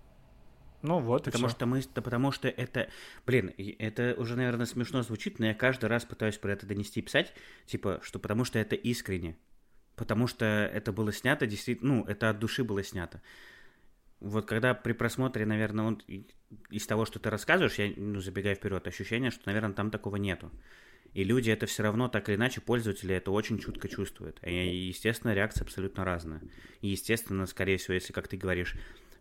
Ну вот, потому что мы, да, потому что это, блин, это уже, наверное, смешно звучит, но я каждый раз пытаюсь про это донести и писать, типа, что потому что это искренне, потому что это было снято, действительно, ну, это от души было снято. Вот когда при просмотре, наверное, он, из того, что ты рассказываешь, я, ну, забегая вперед, ощущение, что, наверное, там такого нету. И люди это все равно, так или иначе, пользователи это очень чутко чувствуют. И, естественно, реакция абсолютно разная. И, естественно, скорее всего, если, как ты говоришь,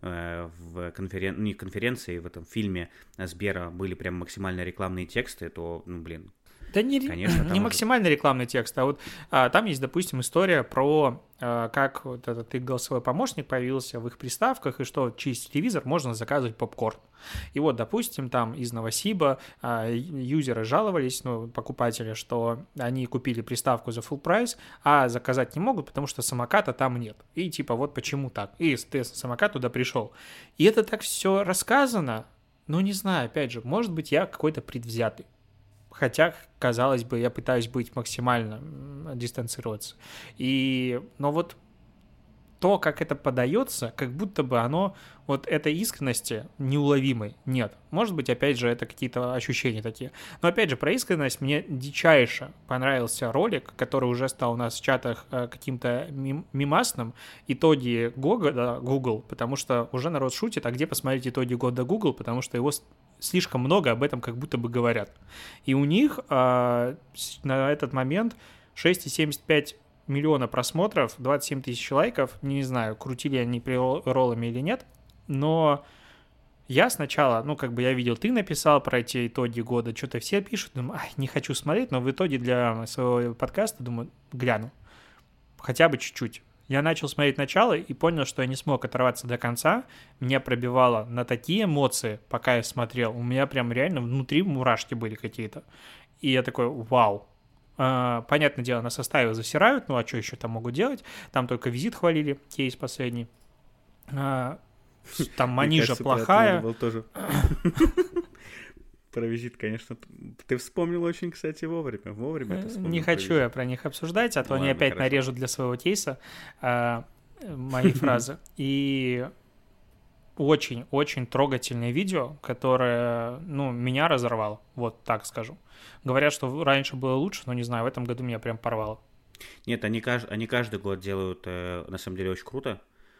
в конферен... не в конференции, в этом фильме Сбера были прям максимально рекламные тексты, то, ну, блин, да не, конечно, не максимально рекламный текст, а вот а, там есть, допустим, история про а, как вот этот их голосовой помощник появился в их приставках, и что через телевизор можно заказывать попкорн. И вот, допустим, там из Новосиба а, юзеры жаловались, ну, покупатели, что они купили приставку за full прайс, а заказать не могут, потому что самоката там нет. И типа вот почему так. И, соответственно, самокат туда пришел. И это так все рассказано, ну, не знаю, опять же, может быть, я какой-то предвзятый. Хотя, казалось бы, я пытаюсь быть максимально дистанцироваться. И, но вот то, как это подается, как будто бы оно, вот этой искренности неуловимой нет. Может быть, опять же, это какие-то ощущения такие. Но, опять же, про искренность мне дичайше понравился ролик, который уже стал у нас в чатах каким-то мим- мимасным. Итоги года Google, потому что уже народ шутит, а где посмотреть итоги года Google, потому что его слишком много об этом как будто бы говорят. И у них а, на этот момент шесть целых семьдесят пять сотых миллиона просмотров, двадцать семь тысяч лайков. Не знаю, крутили они приролами или нет, но я сначала, ну, как бы я видел, ты написал про эти итоги года, что-то все пишут, думаю, ай, не хочу смотреть, но в итоге для своего подкаста, думаю, гляну. Хотя бы чуть-чуть. Я начал смотреть начало и понял, что я не смог оторваться до конца. Меня пробивало на такие эмоции, пока я смотрел. У меня прям реально внутри мурашки были какие-то. И я такой, вау. А, понятное дело, на составе засирают, ну а что еще там могут делать? Там только визит хвалили, кейс последний. Там манижа плохая. Был тоже. Про визит, конечно, ты вспомнил очень, кстати, вовремя. Вовремя ты вспомнил. Не хочу я про них обсуждать, а то они опять нарежут для своего кейса мои фразы. И очень-очень трогательное видео, которое, ну, меня разорвало, вот так скажу. Говорят, что раньше было лучше, но не знаю, в этом году меня прям порвало. Нет, они, они каждый год делают, на самом деле, очень круто.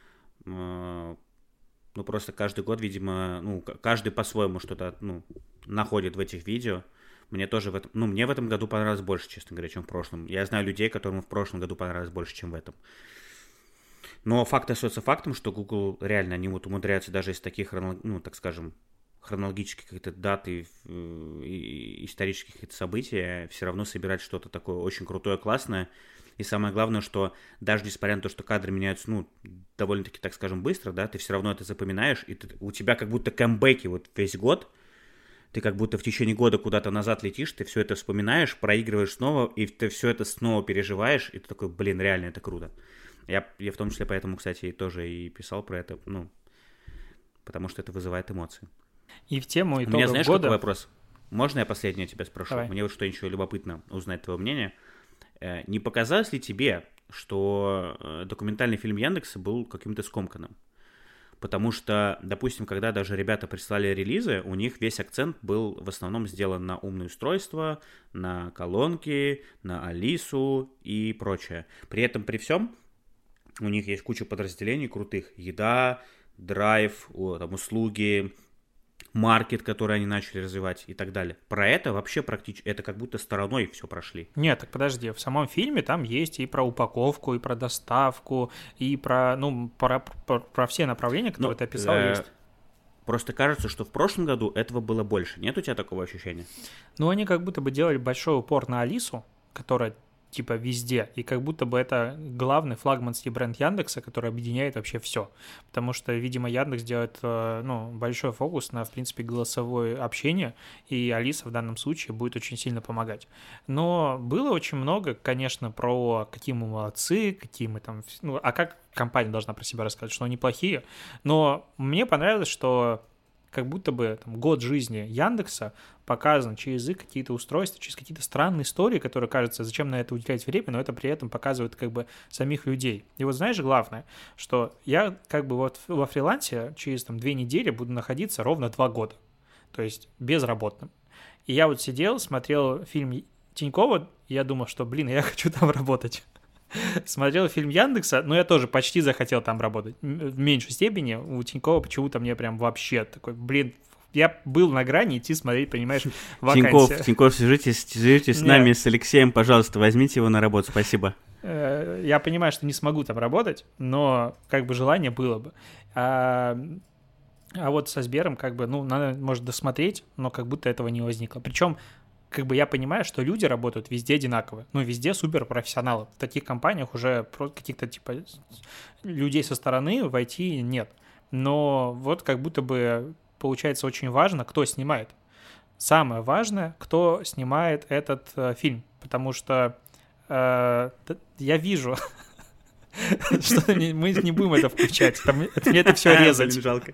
Ну, просто каждый год, видимо, ну, каждый по-своему что-то, ну, находит в этих видео. Мне тоже в этом, ну, мне в этом году понравилось больше, честно говоря, чем в прошлом. Я знаю людей, которым в прошлом году понравилось больше, чем в этом. Но факт остается фактом, что Google реально, они вот умудряются даже из таких, ну, так скажем, хронологических каких-то дат и, и исторических каких-то событий все равно собирать что-то такое очень крутое, классное. И самое главное, что даже несмотря на то, что кадры меняются, ну, довольно-таки, так скажем, быстро, да, ты все равно это запоминаешь, и ты, у тебя как будто камбэки вот весь год, ты как будто в течение года куда-то назад летишь, ты все это вспоминаешь, проигрываешь снова, и ты все это снова переживаешь, и ты такой, блин, реально, это круто. Я, я в том числе поэтому, кстати, тоже и писал про это, ну, потому что это вызывает эмоции. И в тему итогов года... У меня, знаешь, года... какой вопрос? Можно я последнее тебя спрошу? Давай. Мне вот что еще любопытно узнать твое мнение. Не показалось ли тебе, что документальный фильм Яндекса был каким-то скомканным? Потому что, допустим, когда даже ребята прислали релизы, у них весь акцент был в основном сделан на умные устройства, на колонки, на Алису и прочее. При этом, при всем, у них есть куча подразделений крутых. Еда, драйв, там, услуги, маркет, который они начали развивать и так далее. Про это вообще практически, это как будто стороной все прошли. Нет, так подожди, в самом фильме там есть и про упаковку, и про доставку, и про, ну, про, про, про все направления, которые Но, ты описал, э- есть. Просто кажется, что в прошлом году этого было больше. Нет у тебя такого ощущения? Ну, они как будто бы делали большой упор на Алису, которая типа везде, и как будто бы это главный флагманский бренд Яндекса, который объединяет вообще все, потому что, видимо, Яндекс делает, ну, большой фокус на, в принципе, голосовое общение, и Алиса в данном случае будет очень сильно помогать. Но было очень много, конечно, про какие мы молодцы, какие мы там, ну, а как компания должна про себя рассказать, что они плохие, но мне понравилось, что как будто бы там, год жизни Яндекса показан через их какие-то устройства, через какие-то странные истории, которые, кажется, зачем на это уделять время, но это при этом показывает как бы самих людей. И вот знаешь, главное, что я как бы вот во фрилансе через там две недели буду находиться ровно два года, то есть безработным. И я вот сидел, смотрел фильм Тинькова, и я думал, что, блин, я хочу там работать. Смотрел фильм Яндекса, но я тоже почти захотел там работать. В меньшей степени у Тинькова почему-то мне прям вообще такой, блин, я был на грани идти смотреть, понимаешь, вакансию. Тиньков, Тиньков, свяжитесь, свяжитесь с нами, с Алексеем, пожалуйста, возьмите его на работу, спасибо. Я понимаю, что не смогу там работать, но как бы желание было бы. А, а вот со Сбером как бы, ну, надо, может, досмотреть, но как будто этого не возникло. Причем как бы я понимаю, что люди работают везде одинаково, ну, везде суперпрофессионалы. В таких компаниях уже каких-то, типа, людей со стороны в ай ти нет. Но вот как будто бы получается очень важно, кто снимает. Самое важное, кто снимает этот э, фильм, потому что э, я вижу, что мы не будем это включать, мне это все резать. Жалко.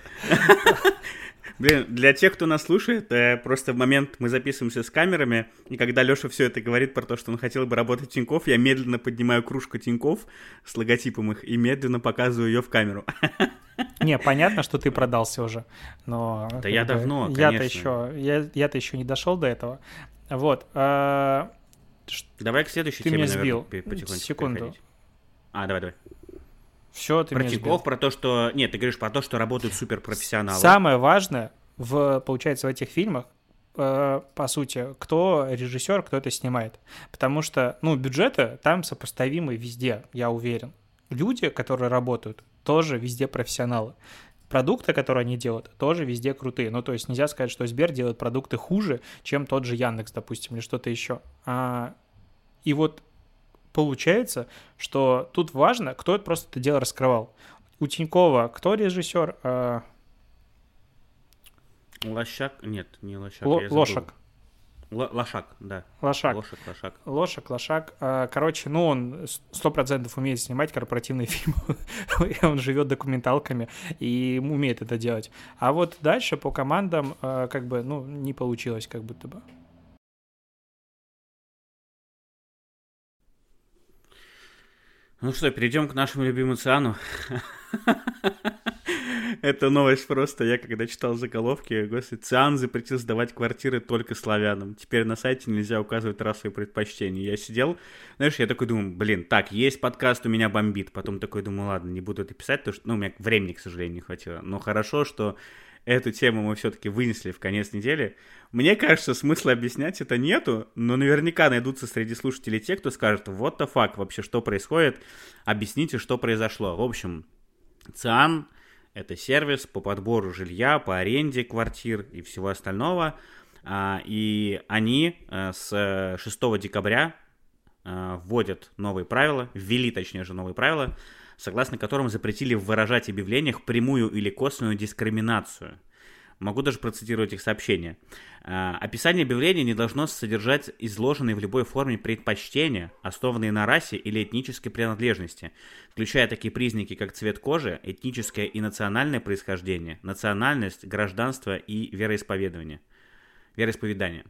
Блин, для тех, кто нас слушает, э, просто в момент мы записываемся с камерами, и когда Леша все это говорит про то, что он хотел бы работать в Тинькофф, я медленно поднимаю кружку Тинькофф с логотипом их и медленно показываю ее в камеру. Не, понятно, что ты продался уже, но... Да я бы, давно, я-то конечно. Еще, я, я-то еще не дошел до этого. Вот. А... Давай к следующей ты теме, меня сбил. наверное, потихоньку Секунду. переходить. А, давай, давай. Все, ты про меня Тинькофф, сбил. про то, что... Нет, ты говоришь про то, что работают суперпрофессионалы. Самое важное, в, получается, в этих фильмах, э, по сути, кто режиссер, кто это снимает. Потому что, ну, бюджеты там сопоставимы везде, я уверен. Люди, которые работают, тоже везде профессионалы. Продукты, которые они делают, тоже везде крутые. Ну, то есть нельзя сказать, что Сбер делает продукты хуже, чем тот же Яндекс, допустим, или что-то еще. А, и вот получается, что тут важно, кто это просто это дело раскрывал. У Тинькова кто режиссер? А... Лощак? Нет, не Лощак. Л- Лошак. Л- Лошак, да. Лошак. Лошак, Лошак. Лошак, Лошак. А, Короче, ну, он сто процентов умеет снимать корпоративные фильмы. И он живет документалками и умеет это делать. А вот дальше по командам а, как бы, ну, не получилось как будто бы. Ну что, перейдем к нашему любимому Циану. Это новость просто. Я когда читал заголовки, господи, Циан запретил сдавать квартиры только славянам. Теперь на сайте нельзя указывать расовые предпочтения. Я сидел, знаешь, я такой думаю, блин, так, есть подкаст, у меня бомбит. Потом такой думаю, ладно, не буду это писать, потому что, ну, у меня времени, к сожалению, не хватило. Но хорошо, что эту тему мы все-таки вынесли в конец недели. Мне кажется, смысла объяснять это нету, но наверняка найдутся среди слушателей те, кто скажет, what the fuck, вообще, что происходит, объясните, что произошло. В общем, Циан — это сервис по подбору жилья, по аренде квартир и всего остального. И они с шестого декабря вводят новые правила, ввели, точнее же, новые правила, согласно которым запретили выражать в объявлениях прямую или косвенную дискриминацию. Могу даже процитировать их сообщения. Описание объявления не должно содержать изложенные в любой форме предпочтения, основанные на расе или этнической принадлежности, включая такие признаки, как цвет кожи, этническое и национальное происхождение, национальность, гражданство и вероисповедание. вероисповедание.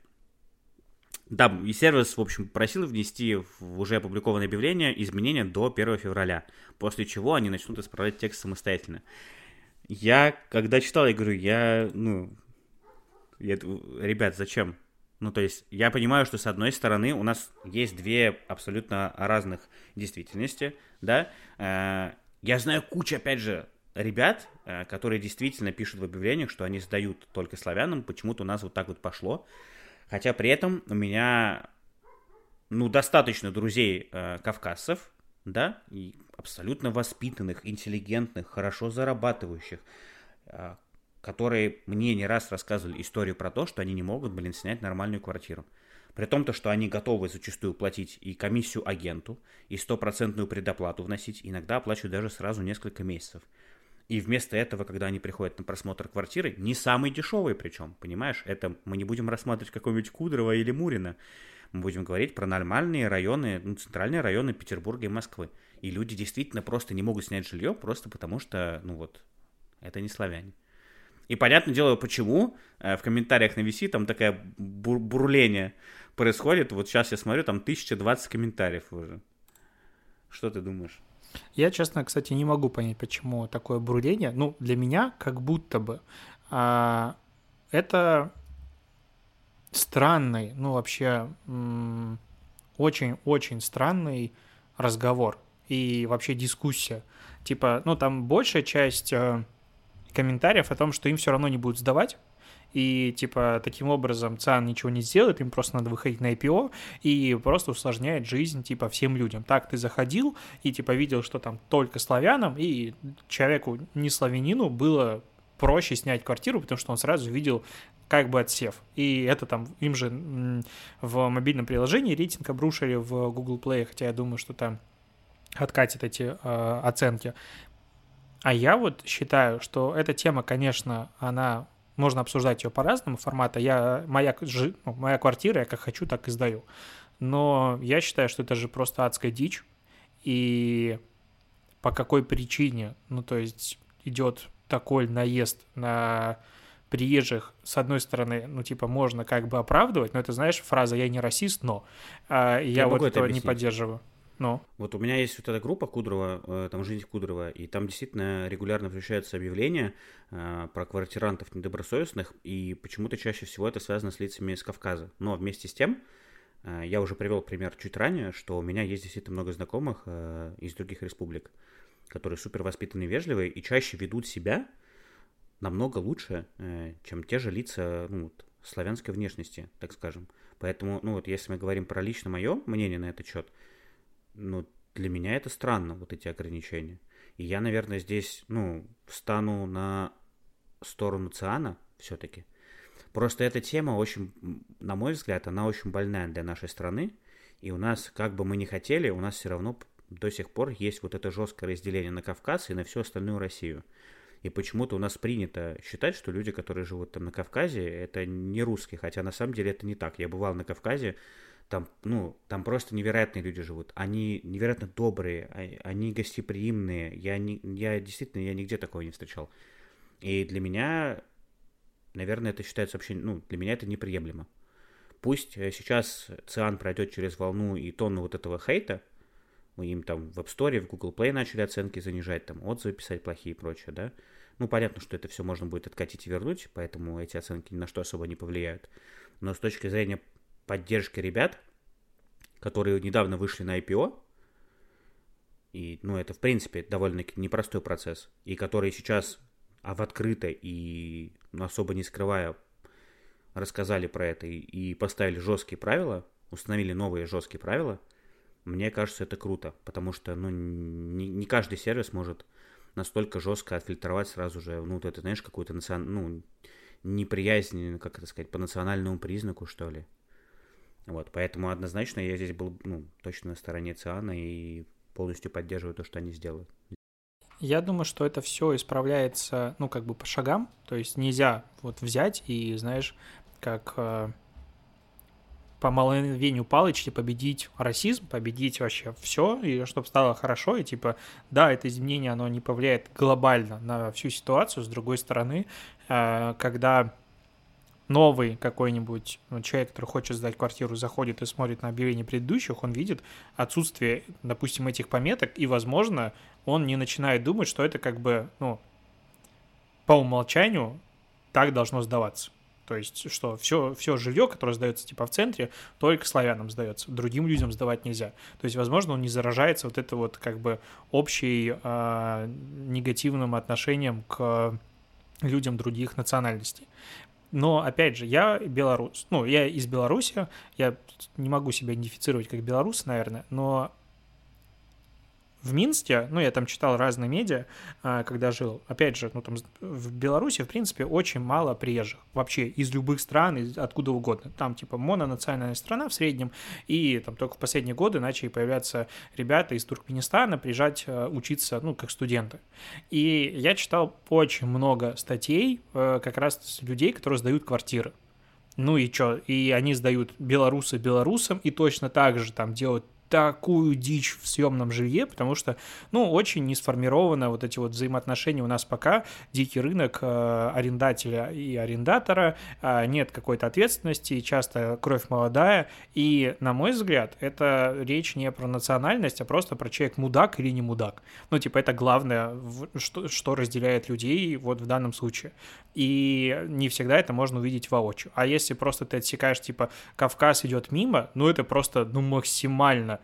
Да, и сервис, в общем, просил внести в уже опубликованное объявление изменения до первого февраля, после чего они начнут исправлять текст самостоятельно. Я, когда читал, я говорю, я, ну, я, ребят, зачем? Ну, то есть, я понимаю, что, с одной стороны, у нас есть две абсолютно разных действительности, да. Я знаю кучу, опять же, ребят, которые действительно пишут в объявлениях, что они сдают только славянам, почему-то у нас вот так вот пошло. Хотя при этом у меня, ну, достаточно друзей э, кавказцев, да, и абсолютно воспитанных, интеллигентных, хорошо зарабатывающих, э, которые мне не раз рассказывали историю про то, что они не могут, блин, снять нормальную квартиру. При том, то, что они готовы зачастую платить и комиссию агенту, и стопроцентную предоплату вносить, иногда оплачивают даже сразу несколько месяцев. И вместо этого, когда они приходят на просмотр квартиры, не самые дешевые причем, понимаешь, это мы не будем рассматривать какого-нибудь Кудрова или Мурина, мы будем говорить про нормальные районы, ну, центральные районы Петербурга и Москвы. И люди действительно просто не могут снять жилье, просто потому что, ну вот, это не славяне. И понятное дело, почему, в комментариях на ви си там такое бур- бурление происходит, вот сейчас я смотрю, там тысяча двадцать комментариев уже. Что ты думаешь? Я, честно, кстати, не могу понять, почему такое бурление. Ну, для меня как будто бы а, это странный, ну, вообще м- очень-очень странный разговор и вообще дискуссия. Типа, ну, там большая часть э, комментариев о том, что им все равно не будут сдавать. И, типа, таким образом ЦИАН ничего не сделает, им просто надо выходить на ай пи о и просто усложняет жизнь, типа, всем людям. Так ты заходил и, типа, видел, что там только славянам, и человеку, не славянину, было проще снять квартиру, потому что он сразу видел как бы отсев. И это там, им же в мобильном приложении рейтинг обрушили в Google Play, хотя я думаю, что там откатят эти э, оценки. А я вот считаю, что эта тема, конечно, она... Можно обсуждать ее по-разному формата. Я, моя, ну, моя квартира, я как хочу, так и сдаю. Но я считаю, что это же просто адская дичь. И по какой причине, ну, то есть идет такой наезд на приезжих, с одной стороны, ну, типа, можно как бы оправдывать, но это, знаешь, фраза «я не расист, но». А я, я вот этого не поддерживаю. Но. Вот у меня есть вот эта группа Кудрова, там «Жизнь Кудрова», и там действительно регулярно включаются объявления э, про квартирантов недобросовестных, и почему-то чаще всего это связано с лицами из Кавказа. Но вместе с тем, э, я уже привел пример чуть ранее, что у меня есть действительно много знакомых э, из других республик, которые супер воспитанные, вежливые, и чаще ведут себя намного лучше, э, чем те же лица, ну, вот, славянской внешности, так скажем. Поэтому, ну вот, если мы говорим про лично мое мнение на этот счет, ну, для меня это странно, вот эти ограничения. И я, наверное, здесь, ну, встану на сторону ЦИАНа все-таки. Просто эта тема очень, на мой взгляд, она очень больная для нашей страны. И у нас, как бы мы ни хотели, у нас все равно до сих пор есть вот это жесткое разделение на Кавказ и на всю остальную Россию. И почему-то у нас принято считать, что люди, которые живут там на Кавказе, это не русские, хотя на самом деле это не так. Я бывал на Кавказе, там, ну, там просто невероятные люди живут. Они невероятно добрые, они гостеприимные. Я, не, я действительно, я нигде такого не встречал. И для меня, наверное, это считается вообще, ну, для меня это неприемлемо. Пусть сейчас ЦИАН пройдет через волну и тонну вот этого хейта, мы им там в App Store, в Google Play начали оценки занижать, там отзывы писать плохие и прочее, да. Ну, понятно, что это все можно будет откатить и вернуть, поэтому эти оценки ни на что особо не повлияют. Но с точки зрения поддержки ребят, которые недавно вышли на ай пи о, и, ну, это, в принципе, довольно-таки непростой процесс, и которые сейчас а в открыто и, ну, особо не скрывая, рассказали про это и, и поставили жесткие правила, установили новые жесткие правила, мне кажется, это круто, потому что, ну, не, не каждый сервис может настолько жестко отфильтровать сразу же, ну, вот это, знаешь, какую-то национ... ну, неприязнь, как это сказать, по национальному признаку, что ли. Вот, поэтому однозначно я здесь был, ну, точно на стороне ЦИАНа и полностью поддерживаю то, что они сделают. Я думаю, что это все исправляется, ну, как бы по шагам, то есть нельзя вот взять и, знаешь, как э, по мановению палочки победить расизм, победить вообще все, и чтобы стало хорошо, и типа, да, это изменение, оно не повлияет глобально на всю ситуацию, с другой стороны, э, когда новый какой-нибудь ну, человек, который хочет сдать квартиру, заходит и смотрит на объявления предыдущих, он видит отсутствие, допустим, этих пометок, и, возможно, он не начинает думать, что это как бы, ну, по умолчанию так должно сдаваться. То есть, что все, все жилье, которое сдается типа в центре, только славянам сдается, другим людям сдавать нельзя. То есть, возможно, он не заражается вот это вот как бы общей э, негативным отношением к людям других национальностей. Но, опять же, я белорус, ну, я из Беларуси, я не могу себя идентифицировать как белорус, наверное, но в Минске, ну, я там читал разные медиа, когда жил, опять же, ну, там в Беларуси, в принципе, очень мало приезжих, вообще из любых стран, из, откуда угодно, там, типа, мононациональная страна в среднем, и там только в последние годы начали появляться ребята из Туркменистана приезжать учиться, ну, как студенты, и я читал очень много статей как раз людей, которые сдают квартиры. Ну и что? И они сдают белорусы белорусам, и точно так же там делают такую дичь в съемном жилье, потому что, ну, очень не сформированы вот эти вот взаимоотношения у нас пока, дикий рынок э, арендателя и арендатора, э, нет какой-то ответственности, часто кровь молодая, и, на мой взгляд, это речь не про национальность, а просто про человек мудак или не мудак. Ну, типа, это главное, что, что разделяет людей вот в данном случае. И не всегда это можно увидеть воочию. А если просто ты отсекаешь, типа, Кавказ идет мимо, ну, это просто, ну, максимально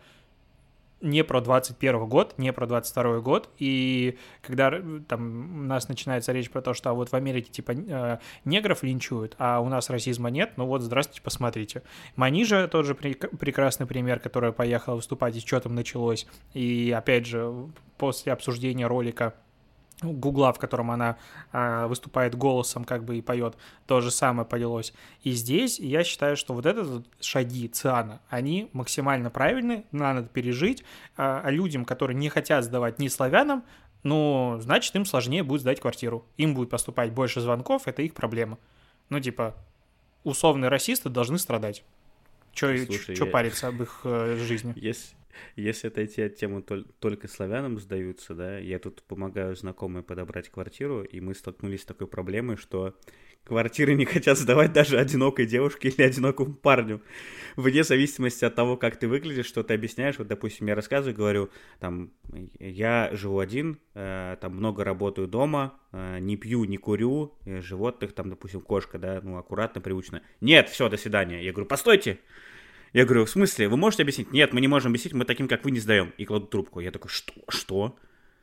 не про двадцать первый год, не про двадцать второй год, и когда там у нас начинается речь про то, что а вот в Америке типа э, негров линчуют, а у нас расизма нет, ну вот, здравствуйте, посмотрите. Манижа тот же при- прекрасный пример, которая поехала выступать, и что там началось, и опять же, после обсуждения ролика Гугла, в котором она а, выступает голосом, как бы и поет, то же самое полилось. И здесь я считаю, что вот это шаги ЦИАНа, они максимально правильны, надо пережить, а, а людям, которые не хотят сдавать ни славянам, ну, значит, им сложнее будет сдать квартиру. Им будет поступать больше звонков, это их проблема. Ну, типа, условные расисты должны страдать. Че я... париться об их э, жизни? Yes. Если отойти от темы только славянам сдаются, да, я тут помогаю знакомой подобрать квартиру, и мы столкнулись с такой проблемой, что квартиры не хотят сдавать даже одинокой девушке или одинокому парню. Вне зависимости от того, как ты выглядишь, что ты объясняешь. Вот, допустим, я рассказываю, говорю, там, я живу один, э, там, много работаю дома, э, не пью, не курю, э, животных, там, допустим, кошка, да, ну, аккуратно, привычно. Нет, все, до свидания. Я говорю, постойте. Я говорю, в смысле, вы можете объяснить? Нет, мы не можем объяснить, мы таким, как вы, не сдаем. И кладу трубку. Я такой, что? Что?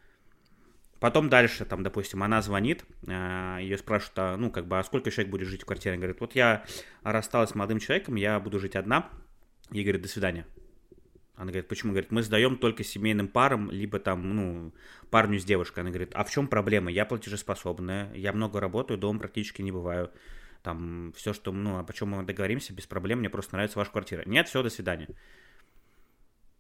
Потом дальше, там, допустим, она звонит, ее спрашивают, а, ну, как бы, а сколько человек будет жить в квартире? Она говорит, вот я рассталась с молодым человеком, я буду жить одна. И говорит, до свидания. Она говорит, почему? Говорит, мы сдаем только семейным парам, либо там, ну, парню с девушкой. Она говорит, а в чем проблема? Я платежеспособная, я много работаю, дома практически не бываю. Там все, что, ну, о чем мы договоримся, без проблем, мне просто нравится ваша квартира. Нет, все, до свидания.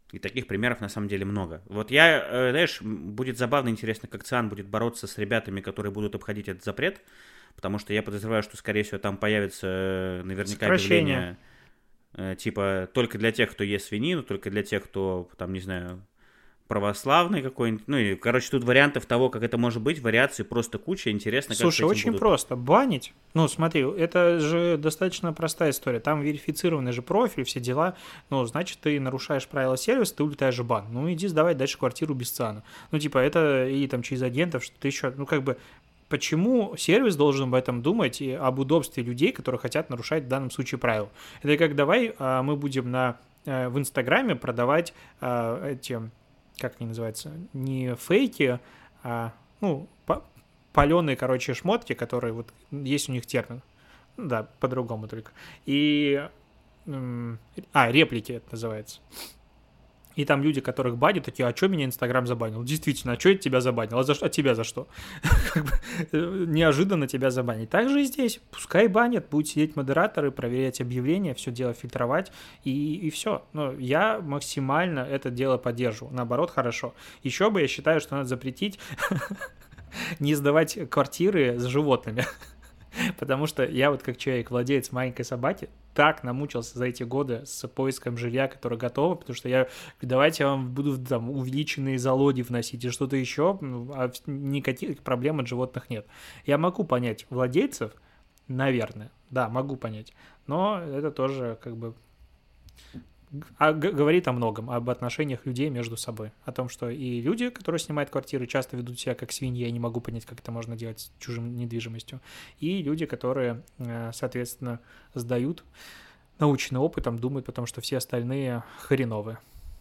И таких примеров на самом деле много. Вот я, э, знаешь, будет забавно, интересно, как Циан будет бороться с ребятами, которые будут обходить этот запрет, потому что я подозреваю, что, скорее всего, там появится э, наверняка объявление, э, типа, только для тех, кто ест свинину, только для тех, кто, там, не знаю, православный какой-нибудь. Ну, и, короче, тут вариантов того, как это может быть, вариаций просто куча. Интересно, как Слушай, очень будут... просто. Банить. Ну, смотри, это же достаточно простая история. Там верифицированный же профиль, все дела. Ну, значит, ты нарушаешь правила сервиса, ты улетаешь в бан. Ну, иди сдавай дальше квартиру без ЦИАНа. Ну, типа, это и там через агентов, что-то еще. Ну, как бы, почему сервис должен об этом думать и об удобстве людей, которые хотят нарушать в данном случае правила? Это как давай а, мы будем на, а, в Инстаграме продавать а, эти... как они называются, не фейки, а, ну, паленые, короче, шмотки, которые вот, есть у них термин, да, по-другому только, и, а, реплики это называется. И там люди, которых банят, такие, а что меня Инстаграм забанил? Действительно, а что это тебя забанил? А, за, а тебя за что? Неожиданно тебя забанить. Так же и здесь. Пускай банят, будут сидеть модераторы, проверять объявления, все дело фильтровать, и, и все. Но я максимально это дело поддерживаю. Наоборот, хорошо. Еще бы я считаю, что надо запретить не сдавать квартиры с животными. Потому что я вот как человек, владелец маленькой собаки, так намучился за эти годы с поиском жилья, которое готово, потому что я, давайте я вам буду там увеличенные залоги вносить и что-то еще, а никаких проблем от животных нет. Я могу понять владельцев, наверное, да, могу понять, но это тоже как бы а, говорит о многом, об отношениях людей между собой, о том, что и люди, которые снимают квартиры, часто ведут себя как свиньи, я не могу понять, как это можно делать с чужим недвижимостью, и люди, которые, соответственно, сдают, наученным опытом, думают потом, что все остальные хреновые.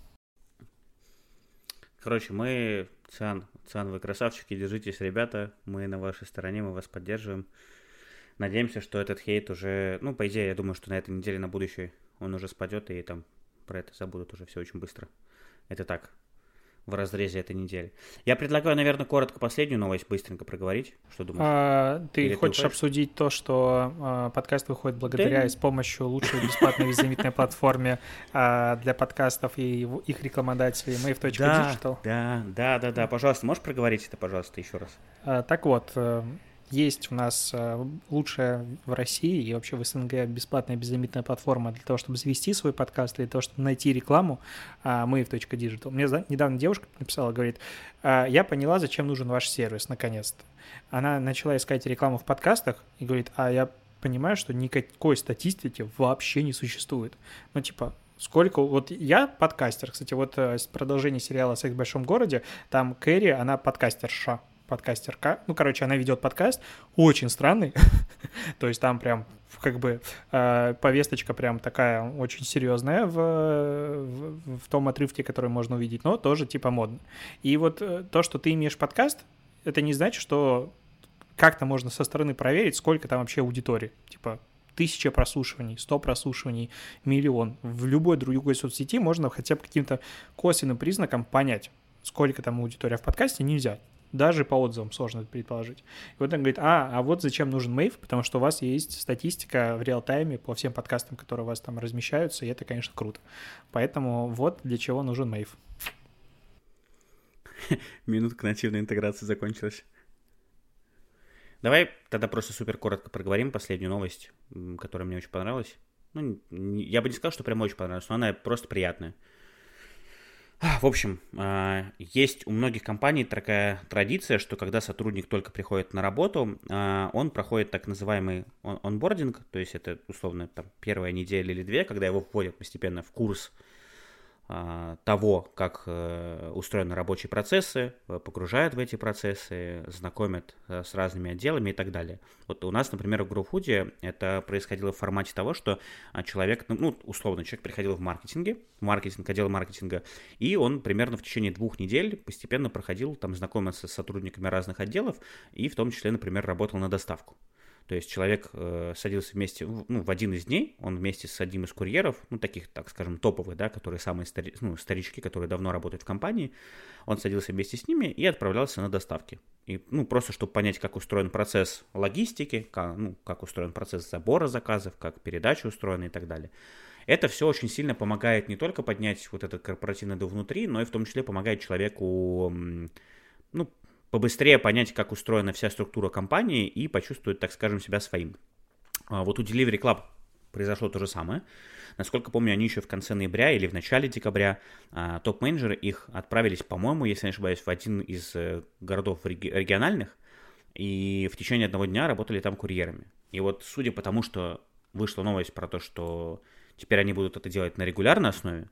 Короче, мы, Циан, Циан, вы красавчики, держитесь, ребята, мы на вашей стороне, мы вас поддерживаем. Надеемся, что этот хейт уже, ну, по идее, я думаю, что на этой неделе, на будущее он уже спадет, и там про это забудут уже все очень быстро. Это так, в разрезе этой недели. Я предлагаю, наверное, коротко последнюю новость быстренько проговорить. Что думаешь? А, ты Или хочешь ты обсудить то, что а, подкаст выходит благодаря да. и с помощью лучшей бесплатной безлимитной платформы а, для подкастов и его, их рекламодателей мэйв точка диджитал? Да, да, да, да, пожалуйста, можешь проговорить это, пожалуйста, еще раз? А, так вот, есть у нас лучшая в России и вообще в СНГ бесплатная безлимитная платформа для того, чтобы завести свой подкаст, для того, чтобы найти рекламу, мэйв точка диджитал. Мне недавно девушка написала, говорит, я поняла, зачем нужен ваш сервис, наконец-то. Она начала искать рекламу в подкастах и говорит, а я понимаю, что никакой статистики вообще не существует. Ну, типа, сколько... Вот я подкастер, кстати, вот продолжение сериала «Секс в большом городе», там Кэрри, она подкастерша. подкастерка, ну, короче, она ведет подкаст, очень странный, то есть там прям как бы э, повесточка прям такая очень серьезная в, в, в том отрывке, который можно увидеть, но тоже типа модно. И вот э, то, что ты имеешь подкаст, это не значит, что как-то можно со стороны проверить, сколько там вообще аудитории, типа тысяча прослушиваний, сто прослушиваний, миллион. В любой другой соцсети можно хотя бы каким-то косвенным признаком понять, сколько там аудитория в подкасте, нельзя. Даже по отзывам сложно это предположить. И вот он говорит, а, а вот зачем нужен мэйв, потому что у вас есть статистика в реал-тайме по всем подкастам, которые у вас там размещаются, и это, конечно, круто. Поэтому вот для чего нужен мэйв. Минутка нативной интеграции закончилась. Давай тогда просто супер коротко проговорим последнюю новость, которая мне очень понравилась. Ну, я бы не сказал, что прям очень понравилась, но она просто приятная. В общем, есть у многих компаний такая традиция, что когда сотрудник только приходит на работу, он проходит так называемый онбординг, то есть это условно там, первая неделя или две, когда его вводят постепенно в курс того, как устроены рабочие процессы, погружают в эти процессы, знакомят с разными отделами и так далее. Вот у нас, например, в GrowFood это происходило в формате того, что человек, ну, условно, человек приходил в маркетинге, в маркетинг, отдел маркетинга, и он примерно в течение двух недель постепенно проходил, там, знакомился с сотрудниками разных отделов, и в том числе, например, работал на доставку. То есть человек э, садился вместе, ну, в один из дней, он вместе с одним из курьеров, ну, таких, так скажем, топовых, да, которые самые стари, ну, старички, которые давно работают в компании, он садился вместе с ними и отправлялся на доставки. И, ну, просто чтобы понять, как устроен процесс логистики, как, ну, как устроен процесс забора заказов, как передача устроена и так далее. Это все очень сильно помогает не только поднять вот этот корпоративный дух внутри, но и в том числе помогает человеку, ну, побыстрее понять, как устроена вся структура компании и почувствовать, так скажем, себя своим. Вот у Delivery Club произошло то же самое. Насколько помню, они еще в конце ноября или в начале декабря топ-менеджеры их отправились, по-моему, если не ошибаюсь, в один из городов региональных, и в течение одного дня работали там курьерами. И вот судя по тому, что вышла новость про то, что теперь они будут это делать на регулярной основе,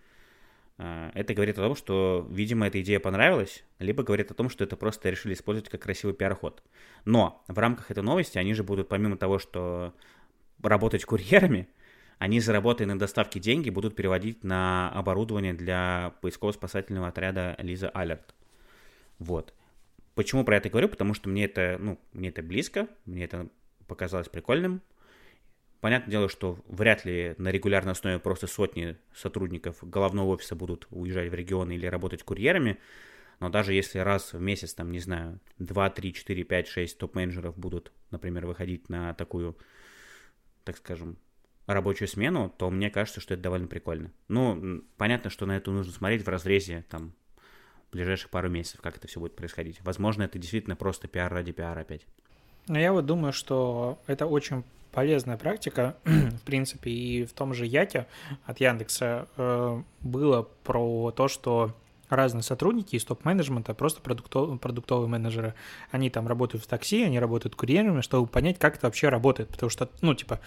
это говорит о том, что, видимо, эта идея понравилась, либо говорит о том, что это просто решили использовать как красивый пиар-ход. Но в рамках этой новости они же будут, помимо того, что работать курьерами, они, заработанные на доставке деньги, будут переводить на оборудование для поисково-спасательного отряда Лиза Алерт. Вот. Почему про это говорю? Потому что мне это, ну, мне это близко, мне это показалось прикольным. Понятное дело, что вряд ли на регулярной основе просто сотни сотрудников головного офиса будут уезжать в регионы или работать курьерами, но даже если раз в месяц, там, не знаю, два, три, четыре, пять, шесть топ-менеджеров будут, например, выходить на такую, так скажем, рабочую смену, то мне кажется, что это довольно прикольно. Ну, понятно, что на это нужно смотреть в разрезе, там, ближайших пару месяцев, как это все будет происходить. Возможно, это действительно просто пиар ради пиара опять. Ну, я вот думаю, что это очень полезная практика, в принципе, и в том же Яке от Яндекса э, было про то, что разные сотрудники из топ-менеджмента, просто продуктов, продуктовые менеджеры, они там работают в такси, они работают курьерами, чтобы понять, как это вообще работает, потому что, ну, типа,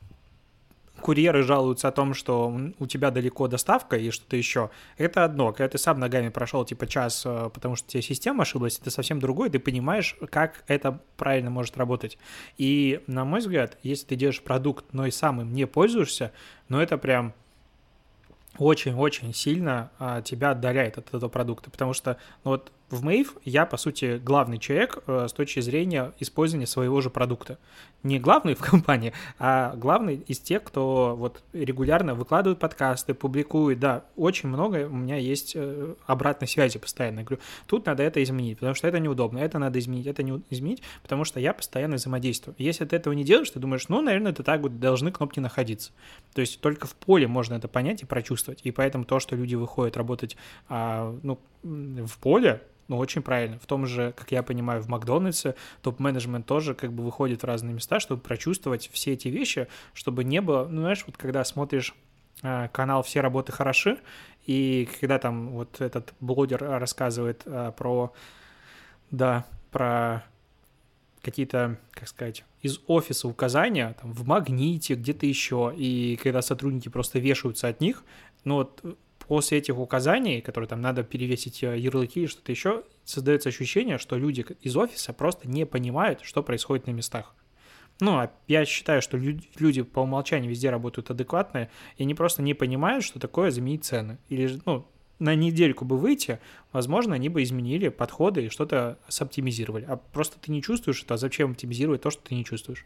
курьеры жалуются о том, что у тебя далеко доставка и что-то еще. Это одно. Когда ты сам ногами прошел типа час, потому что тебе система ошиблась, это совсем другое. Ты понимаешь, как это правильно может работать. И, на мой взгляд, если ты делаешь продукт, но и сам им не пользуешься, ну это прям очень-очень сильно а, тебя отдаляет от этого продукта. Потому что ну, вот в Мэйв я, по сути, главный человек э, с точки зрения использования своего же продукта. Не главный в компании, а главный из тех, кто вот регулярно выкладывает подкасты, публикует. Да, очень много у меня есть э, обратной связи постоянно. Я говорю, тут надо это изменить, потому что это неудобно, это надо изменить, это не изменить, потому что я постоянно взаимодействую. Если ты этого не делаешь, ты думаешь, ну, наверное, это так вот должны кнопки находиться. То есть только в поле можно это понять и прочувствовать. И поэтому то, что люди выходят работать а, ну, в поле, ну, очень правильно. В том же, как я понимаю, в Макдональдсе топ-менеджмент тоже как бы выходит в разные места, чтобы прочувствовать все эти вещи, чтобы не было... Ну, знаешь, вот когда смотришь э, канал «Все работы хороши», и когда там вот этот блогер рассказывает э, про... Да, про какие-то, как сказать, из офиса указания, там, в Магните, где-то еще, и когда сотрудники просто вешаются от них, ну, вот... После этих указаний, которые там надо перевесить ярлыки или что-то еще, создается ощущение, что люди из офиса просто не понимают, что происходит на местах. Ну, я считаю, что люди по умолчанию везде работают адекватные, и они просто не понимают, что такое заменить цены. Или, ну, на недельку бы выйти, возможно, они бы изменили подходы и что-то соптимизировали. А просто ты не чувствуешь это, а зачем оптимизировать то, что ты не чувствуешь?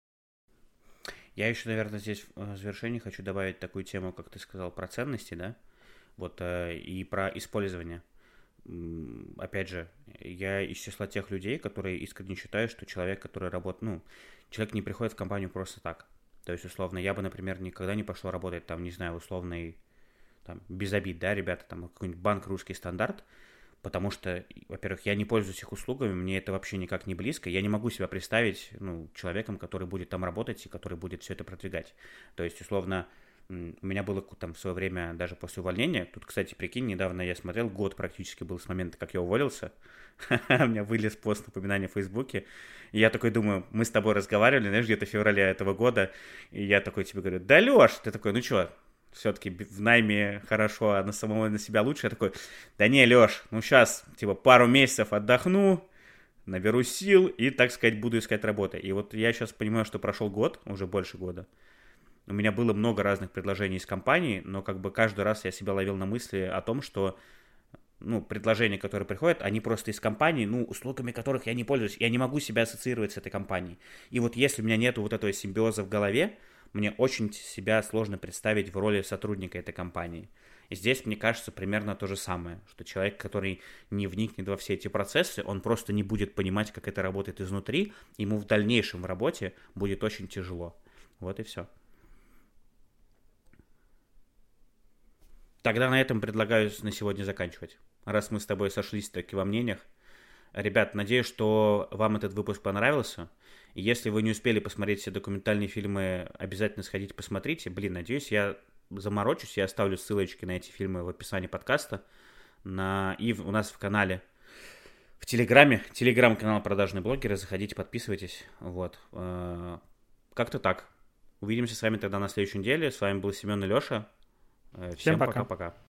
Я еще, наверное, здесь в завершении хочу добавить такую тему, как ты сказал, про ценности, да? Вот, и про использование. Опять же, я из числа тех людей, которые искренне считают, что человек, который работает, ну, человек не приходит в компанию просто так. То есть, условно, я бы, например, никогда не пошел работать, там, не знаю, условный, там, без обид, да, ребята, там, какой-нибудь банк «Русский стандарт», потому что, во-первых, я не пользуюсь их услугами, мне это вообще никак не близко, я не могу себя представить, ну, человеком, который будет там работать и который будет все это продвигать. То есть, условно, у меня было там в свое время, даже после увольнения, тут, кстати, прикинь, недавно я смотрел, год практически был с момента, как я уволился, у меня вылез пост напоминания в Фейсбуке, и я такой думаю, мы с тобой разговаривали, знаешь, где-то в феврале этого года, и я такой тебе говорю, да, Леш, ты такой, ну что, все-таки в найме хорошо, а на самого на себя лучше, я такой, да не, Леш, ну сейчас, типа, пару месяцев отдохну, наберу сил и, так сказать, буду искать работу. И вот я сейчас понимаю, что прошел год, уже больше года, у меня было много разных предложений из компании, но как бы каждый раз я себя ловил на мысли о том, что ну, предложения, которые приходят, они просто из компании, ну, услугами которых я не пользуюсь. Я не могу себя ассоциировать с этой компанией. И вот если у меня нету вот этого симбиоза в голове, мне очень себя сложно представить в роли сотрудника этой компании. И здесь, мне кажется, примерно то же самое, что человек, который не вникнет во все эти процессы, он просто не будет понимать, как это работает изнутри, ему в дальнейшем в работе будет очень тяжело. Вот и все. Тогда на этом предлагаю на сегодня заканчивать. Раз мы с тобой сошлись таки во мнениях. Ребят, надеюсь, что вам этот выпуск понравился. И если вы не успели посмотреть все документальные фильмы, обязательно сходите посмотрите. Блин, надеюсь, я заморочусь, я оставлю ссылочки на эти фильмы в описании подкаста. На... И у нас в канале, в Телеграме, Телеграм-канал «Продажные блогеры». Заходите, подписывайтесь. Вот. Как-то так. Увидимся с вами тогда на следующей неделе. С вами был Семен и Леша. Всем, Всем пока-пока.